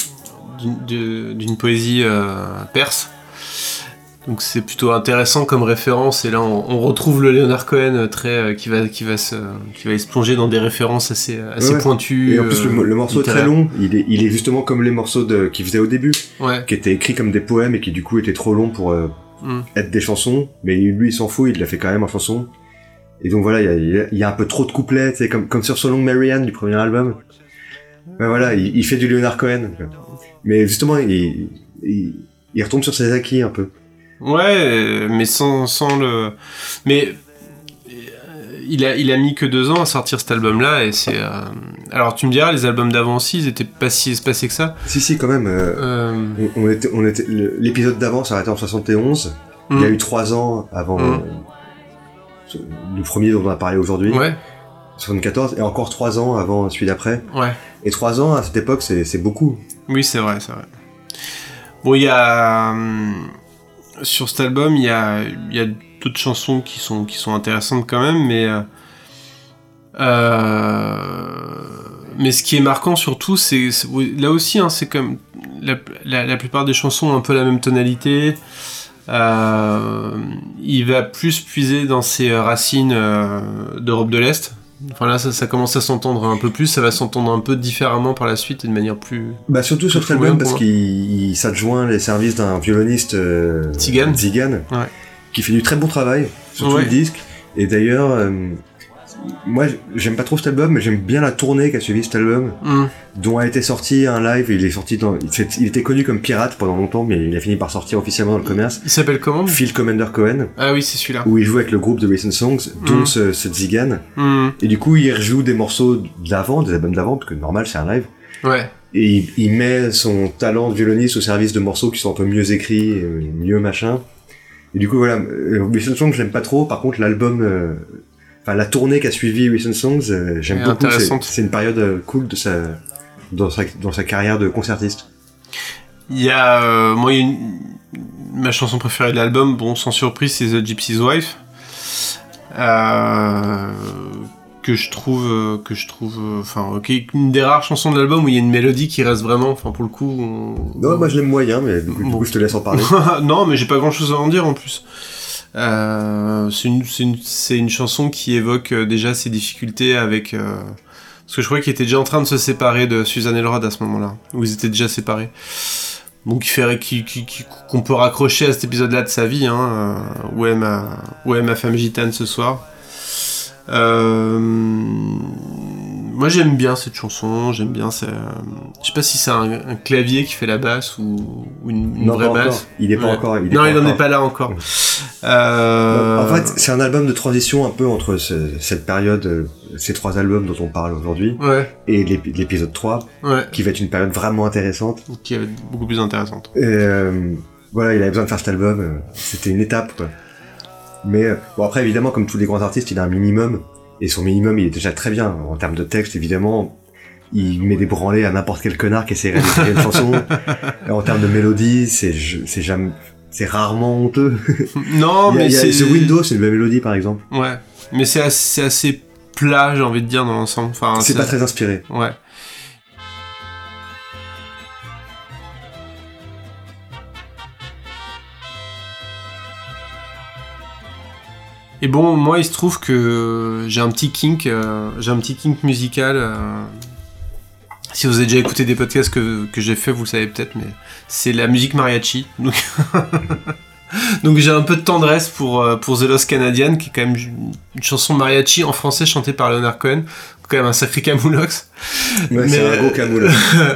d'une, d'une poésie euh, perse. Donc c'est plutôt intéressant comme référence. Et là, on, on retrouve le Leonard Cohen très, euh, qui va, qui va se, qui va se plonger dans des références assez, assez ouais. pointues. Et en plus, euh, le, le morceau est très long. Il est, il est justement comme les morceaux de, qu'il faisait au début, ouais. qui étaient écrits comme des poèmes et qui du coup étaient trop longs pour euh, mm. être des chansons. Mais lui, il s'en fout. Il l'a fait quand même en chanson. Et donc voilà, il y a, il y a un peu trop de couplets, tu sais, comme, comme sur So Long Marianne du premier album. Ben voilà, il, il fait du Leonard Cohen. Mais justement, il, il, il retombe sur ses acquis un peu. Ouais, mais sans, sans le... Mais il a, il a mis que deux ans à sortir cet album-là, et c'est... Euh... Alors tu me diras, les albums d'avant aussi, ils étaient pas si espacés que ça. Si, si, quand même. Euh, euh... On, on était, on était, l'épisode d'avant s'arrêtait en soixante et onze. Mm. Il y a eu trois ans avant... Mm. Euh, le premier dont on a parlé aujourd'hui, ouais. soixante-quatorze, et encore trois ans avant celui d'après. Ouais. Et trois ans à cette époque, c'est, c'est beaucoup. Oui, c'est vrai, c'est vrai. Bon, il y a hum, sur cet album, il y a, il y a d'autres chansons qui sont qui sont intéressantes quand même, mais euh, mais ce qui est marquant surtout, c'est, c'est là aussi, hein, c'est comme la, la, la plupart des chansons ont un peu la même tonalité. Euh, il va plus puiser dans ses racines euh, d'Europe de l'Est. Enfin là, ça, ça commence à s'entendre un peu plus, ça va s'entendre un peu différemment par la suite et de manière plus... Bah surtout sur cet album parce qu'il il s'adjoint les services d'un violoniste euh, Tzigane, Tzigane ouais. qui fait du très bon travail sur tout ouais. le disque. Et d'ailleurs, euh, moi j'aime pas trop cet album, mais j'aime bien la tournée qui a suivi cet album, mm. dont a été sorti un live. Il est sorti dans, il était connu comme pirate pendant longtemps, mais il a fini par sortir officiellement dans le commerce. Il s'appelle comment? Phil Commander Cohen. Ah oui, c'est celui-là. Où il joue avec le groupe de Recent Songs, dont mm. ce, ce Tzigane. Mm. Et du coup, il rejoue des morceaux d'avant, des albums d'avant, parce que normal, c'est un live. Ouais. Et il, il met son talent de violoniste au service de morceaux qui sont un peu mieux écrits, mieux machin. Et du coup, voilà, Recent Songs, je l'aime pas trop. Par contre, l'album, euh, enfin, la tournée qu'a suivi Recent Songs, euh, j'aime et beaucoup. C'est, c'est une période euh, cool de sa, dans sa, dans sa carrière de concertiste. Il y a, euh, moi, il y a une, ma chanson préférée de l'album, bon, sans surprise, c'est The Gypsy's Wife. Euh, que je trouve, que je trouve, enfin, euh, qui est une des rares chansons de l'album où il y a une mélodie qui reste vraiment, enfin, pour le coup. On... Non, moi je l'aime moyen, mais du coup, bon. du coup je te laisse en parler. Non, mais j'ai pas grand chose à en dire en plus. Euh, c'est une, c'est une, c'est une chanson qui évoque déjà ses difficultés avec, euh, Parce que je croyais qu'ils étaient déjà en train de se séparer de Suzanne Elrod à ce moment-là, où ils étaient déjà séparés. Donc il ferait qu'il, qu'il, qu'il, qu'on peut raccrocher à cet épisode-là de sa vie, hein, euh, où, est ma, où est ma femme gitane ce soir. Euh... Moi j'aime bien cette chanson, j'aime bien ça. Je sais pas si c'est un, un clavier qui fait la basse ou, ou une, une non, vraie basse. Encore. Il est pas ouais. encore. Il est non, pas il encore. en est pas là encore. euh... En fait, c'est un album de transition un peu entre ce, cette période, ces trois albums dont on parle aujourd'hui, ouais. et l'ép- l'épisode trois, ouais. qui va être une période vraiment intéressante. Qui va être beaucoup plus intéressante. Et euh, voilà, il avait besoin de faire cet album. C'était une étape, quoi. Mais bon, après, évidemment, comme tous les grands artistes, il a un minimum. Et son minimum, il est déjà très bien. En termes de texte, évidemment, il met des branlées à n'importe quel connard qui essaierait d'écrire une chanson. Et en termes de mélodie, c'est, c'est jamais, c'est rarement honteux. Non, il y a, mais il y a c'est... The Window, c'est une belle mélodie, par exemple. Ouais. Mais c'est assez, c'est assez plat, j'ai envie de dire, dans l'ensemble. Enfin, c'est, c'est pas très inspiré. Ouais. Et bon, moi, il se trouve que j'ai un petit kink, euh, j'ai un petit kink musical. Euh, si vous avez déjà écouté des podcasts que, que j'ai fait, vous le savez peut-être, mais c'est la musique mariachi. Donc, donc j'ai un peu de tendresse pour, pour The Lost Canadian, qui est quand même une chanson mariachi en français chantée par Leonard Cohen. Quand même un sacré camoulox. Ouais, mais, c'est un gros camoulox.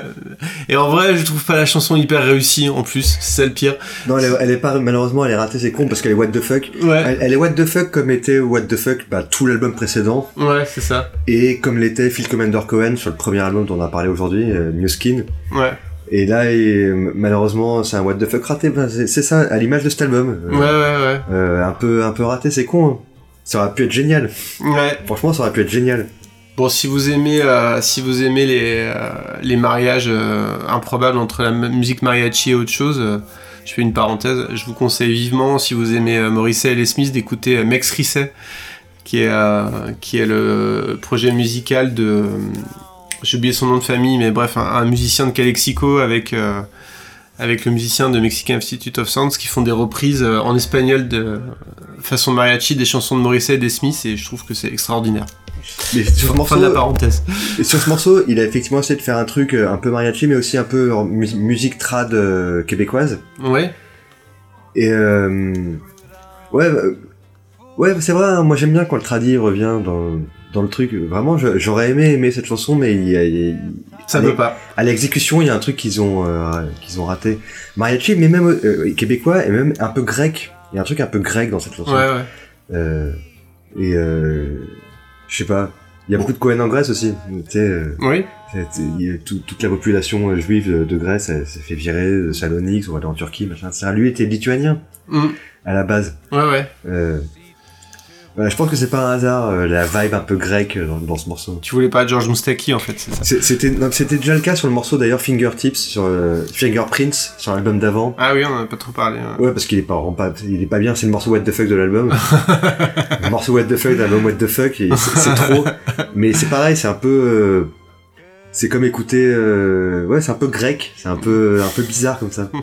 Et en vrai, je trouve pas la chanson hyper réussie en plus, c'est ça le pire. Non, elle est, elle est pas, malheureusement, elle est ratée, c'est con parce qu'elle est what the fuck. Ouais. Elle, elle est what the fuck comme était what the fuck, bah, tout l'album précédent. Ouais, c'est ça. Et comme l'était Phil Commander Cohen sur le premier album dont on a parlé aujourd'hui, euh, New Skin. Ouais. Et là, et, malheureusement, c'est un what the fuck raté. Ben, c'est, c'est ça, à l'image de cet album. Euh, ouais, ouais, ouais. Euh, un peu, un peu raté, c'est con. Hein. Ça aurait pu être génial. Ouais. Franchement, ça aurait pu être génial. Bon, si vous aimez, euh, si vous aimez les, euh, les mariages euh, improbables entre la m- musique mariachi et autre chose, euh, je fais une parenthèse, je vous conseille vivement, si vous aimez euh, Morrissey et les Smiths, d'écouter euh, Mex Risset, qui est, euh, qui est le projet musical de... Euh, j'ai oublié son nom de famille, mais bref, un, un musicien de Calexico avec, euh, avec le musicien de Mexican Institute of Sounds qui font des reprises euh, en espagnol de euh, façon mariachi des chansons de Morrissey et des Smiths, et je trouve que c'est extraordinaire. Mais sur ce morceau, fin de la parenthèse. Et sur ce morceau, il a effectivement essayé de faire un truc un peu mariachi, mais aussi un peu en mu- musique trad euh, québécoise. Ouais. Et euh, ouais, bah, ouais, c'est vrai. Hein, moi, j'aime bien quand le tradi revient dans dans le truc. Vraiment, je, j'aurais aimé aimer cette chanson, mais il y a, il y a, ça ne veut pas. À l'exécution, il y a un truc qu'ils ont euh, qu'ils ont raté. Mariachi, mais même euh, québécois et même un peu grec. Il y a un truc un peu grec dans cette chanson. Ouais, ouais. Euh, et euh, je sais pas, il y a beaucoup de Cohen en Grèce aussi, tu sais. Euh, oui. C'est, c'est, tout, toute la population juive de, de Grèce, elle s'est fait virer de Salonique, on va aller en Turquie, machin. Ça, lui était lituanien mm. à la base. Ouais, ouais. Euh, voilà, je pense que c'est pas un hasard euh, la vibe un peu grecque dans, dans ce morceau. Tu voulais pas George Moustaki en fait, c'est ça. C'est, c'était, non, c'était déjà le cas sur le morceau d'ailleurs Fingertips sur euh, Fingerprints sur l'album d'avant. Ah oui, on en a pas trop parlé. Ouais, ouais parce qu'il est pas, pas, il est pas bien. C'est le morceau What the fuck de l'album. Le morceau What the fuck de l'album What the fuck, et c'est, c'est trop. Mais c'est pareil, c'est un peu, euh, c'est comme écouter, euh, ouais, c'est un peu grec, c'est un peu, un peu bizarre comme ça.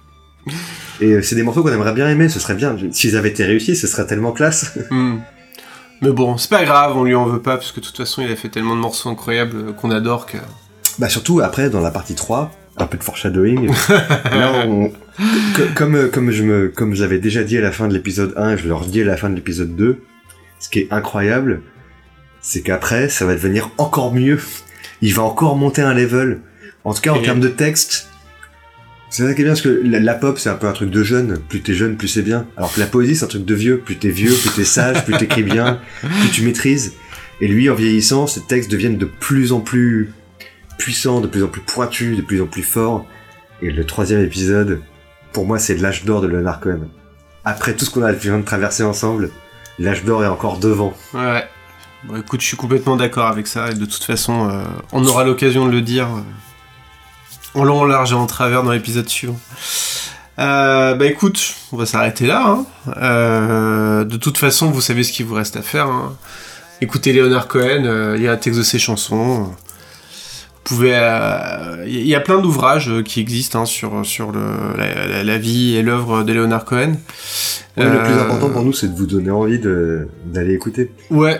Et c'est des morceaux qu'on aimerait bien aimer, ce serait bien. S'ils avaient été réussis, ce serait tellement classe. Mm. Mais bon, c'est pas grave, on lui en veut pas, parce que de toute façon, il a fait tellement de morceaux incroyables qu'on adore que... Bah surtout, après, dans la partie trois, un peu de foreshadowing, là, on... que, comme, comme, je me, comme j'avais déjà dit à la fin de l'épisode un, et je le redis à la fin de l'épisode deux, ce qui est incroyable, c'est qu'après, ça va devenir encore mieux. Il va encore monter un level. En tout cas, en et... termes de texte... C'est ça qui est bien, parce que la, la pop, c'est un peu un truc de jeune. Plus t'es jeune, plus c'est bien. Alors que la poésie, c'est un truc de vieux. Plus t'es vieux, plus t'es sage, plus t'écris bien, plus tu maîtrises. Et lui, en vieillissant, ses textes deviennent de plus en plus puissants, de plus en plus pointus, de plus en plus forts. Et le troisième épisode, pour moi, c'est l'âge d'or de Leonard Cohen. Après tout ce qu'on a vient de traverser ensemble, l'âge d'or est encore devant. Ouais. Bon, écoute, je suis complètement d'accord avec ça. Et de toute façon, euh, on aura l'occasion de le dire... Euh... en long, en large et en travers dans l'épisode suivant. Euh, bah écoute, on va s'arrêter là. Hein. Euh, de toute façon, vous savez ce qu'il vous reste à faire. Hein. Écoutez Leonard Cohen, euh, lire un texte de ses chansons. Vous pouvez... Il euh, y a plein d'ouvrages qui existent hein, sur, sur le, la, la, la vie et l'œuvre de Leonard Cohen. Ouais, euh, le plus important pour nous, c'est de vous donner envie de, d'aller écouter. Ouais.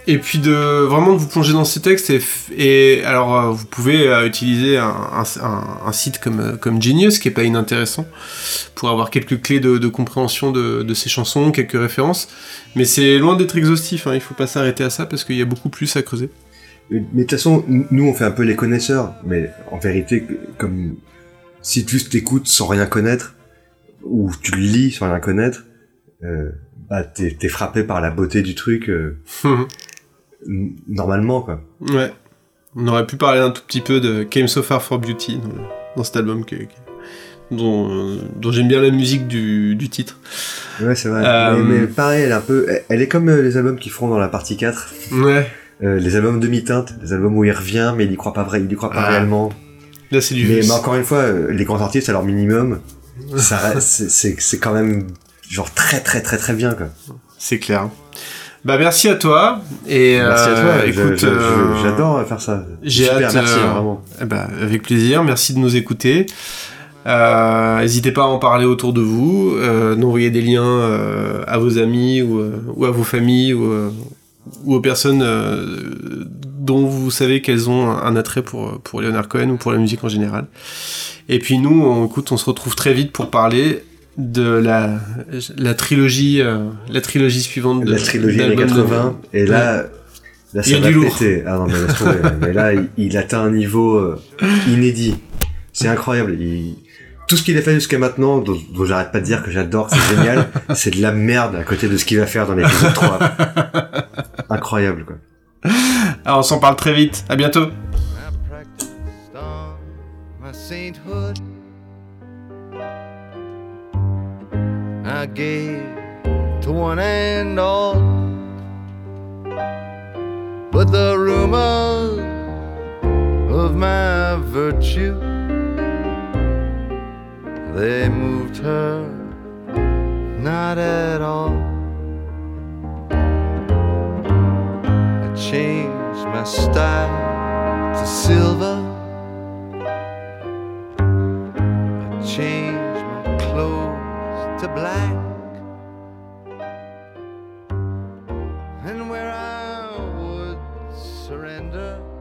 et puis de vraiment de vous plonger dans ces textes et, et alors euh, vous pouvez euh, utiliser un, un, un site comme, comme Genius qui est pas inintéressant pour avoir quelques clés de, de compréhension de, de ces chansons, quelques références, mais c'est loin d'être exhaustif, hein, il faut pas s'arrêter à ça parce qu'il y a beaucoup plus à creuser. Mais de toute façon, nous on fait un peu les connaisseurs, mais en vérité, comme si tu t'écoutes sans rien connaître, ou tu le lis sans rien connaître, euh, bah t'es, t'es frappé par la beauté du truc euh, normalement quoi. Ouais, on aurait pu parler un tout petit peu de Came So Far For Beauty dans, dans cet album que, que, dont, euh, dont j'aime bien la musique du, du titre. Ouais, c'est vrai, euh... mais, mais pareil, elle est un peu, elle, elle est comme euh, les albums qu'ils feront dans la partie quatre. Ouais. Euh, les albums demi-teinte, les albums où il revient mais il y croit pas vrai, il y croit pas ah. réellement. Là c'est du mais, mais encore une fois, euh, les grands artistes à leur minimum, ça reste, c'est, c'est, c'est quand même genre très très très très bien quoi. C'est clair. Bah merci à toi et merci euh, à toi. Écoute, je, je, euh, j'adore faire ça. J'ai Super, hâte. Merci euh, hein, vraiment. Eh bah, avec plaisir. Merci de nous écouter. Euh, n'hésitez pas à en parler autour de vous, euh, d'envoyer des liens euh, à vos amis ou, euh, ou à vos familles ou, euh, ou aux personnes euh, dont vous savez qu'elles ont un attrait pour, pour Leonard Cohen ou pour la musique en général. Et puis nous, on, écoute, on se retrouve très vite pour parler de la, la trilogie euh, la trilogie suivante de la trilogie des quatre-vingts de... et là ouais. là ça va péter. Ah non mais laisse tomber. Mais là il, il atteint un niveau euh, inédit. C'est incroyable. Il... Tout ce qu'il a fait jusqu'à maintenant, dont, dont j'arrête pas de dire que j'adore, que c'est génial, c'est de la merde à côté de ce qu'il va faire dans l'épisode trois. Incroyable, quoi. Alors, on s'en parle très vite. À bientôt. I gave to one and all, but the rumors of my virtue, they moved her not at all. I changed my style to silver, I changed my clothes to black, and where I would surrender,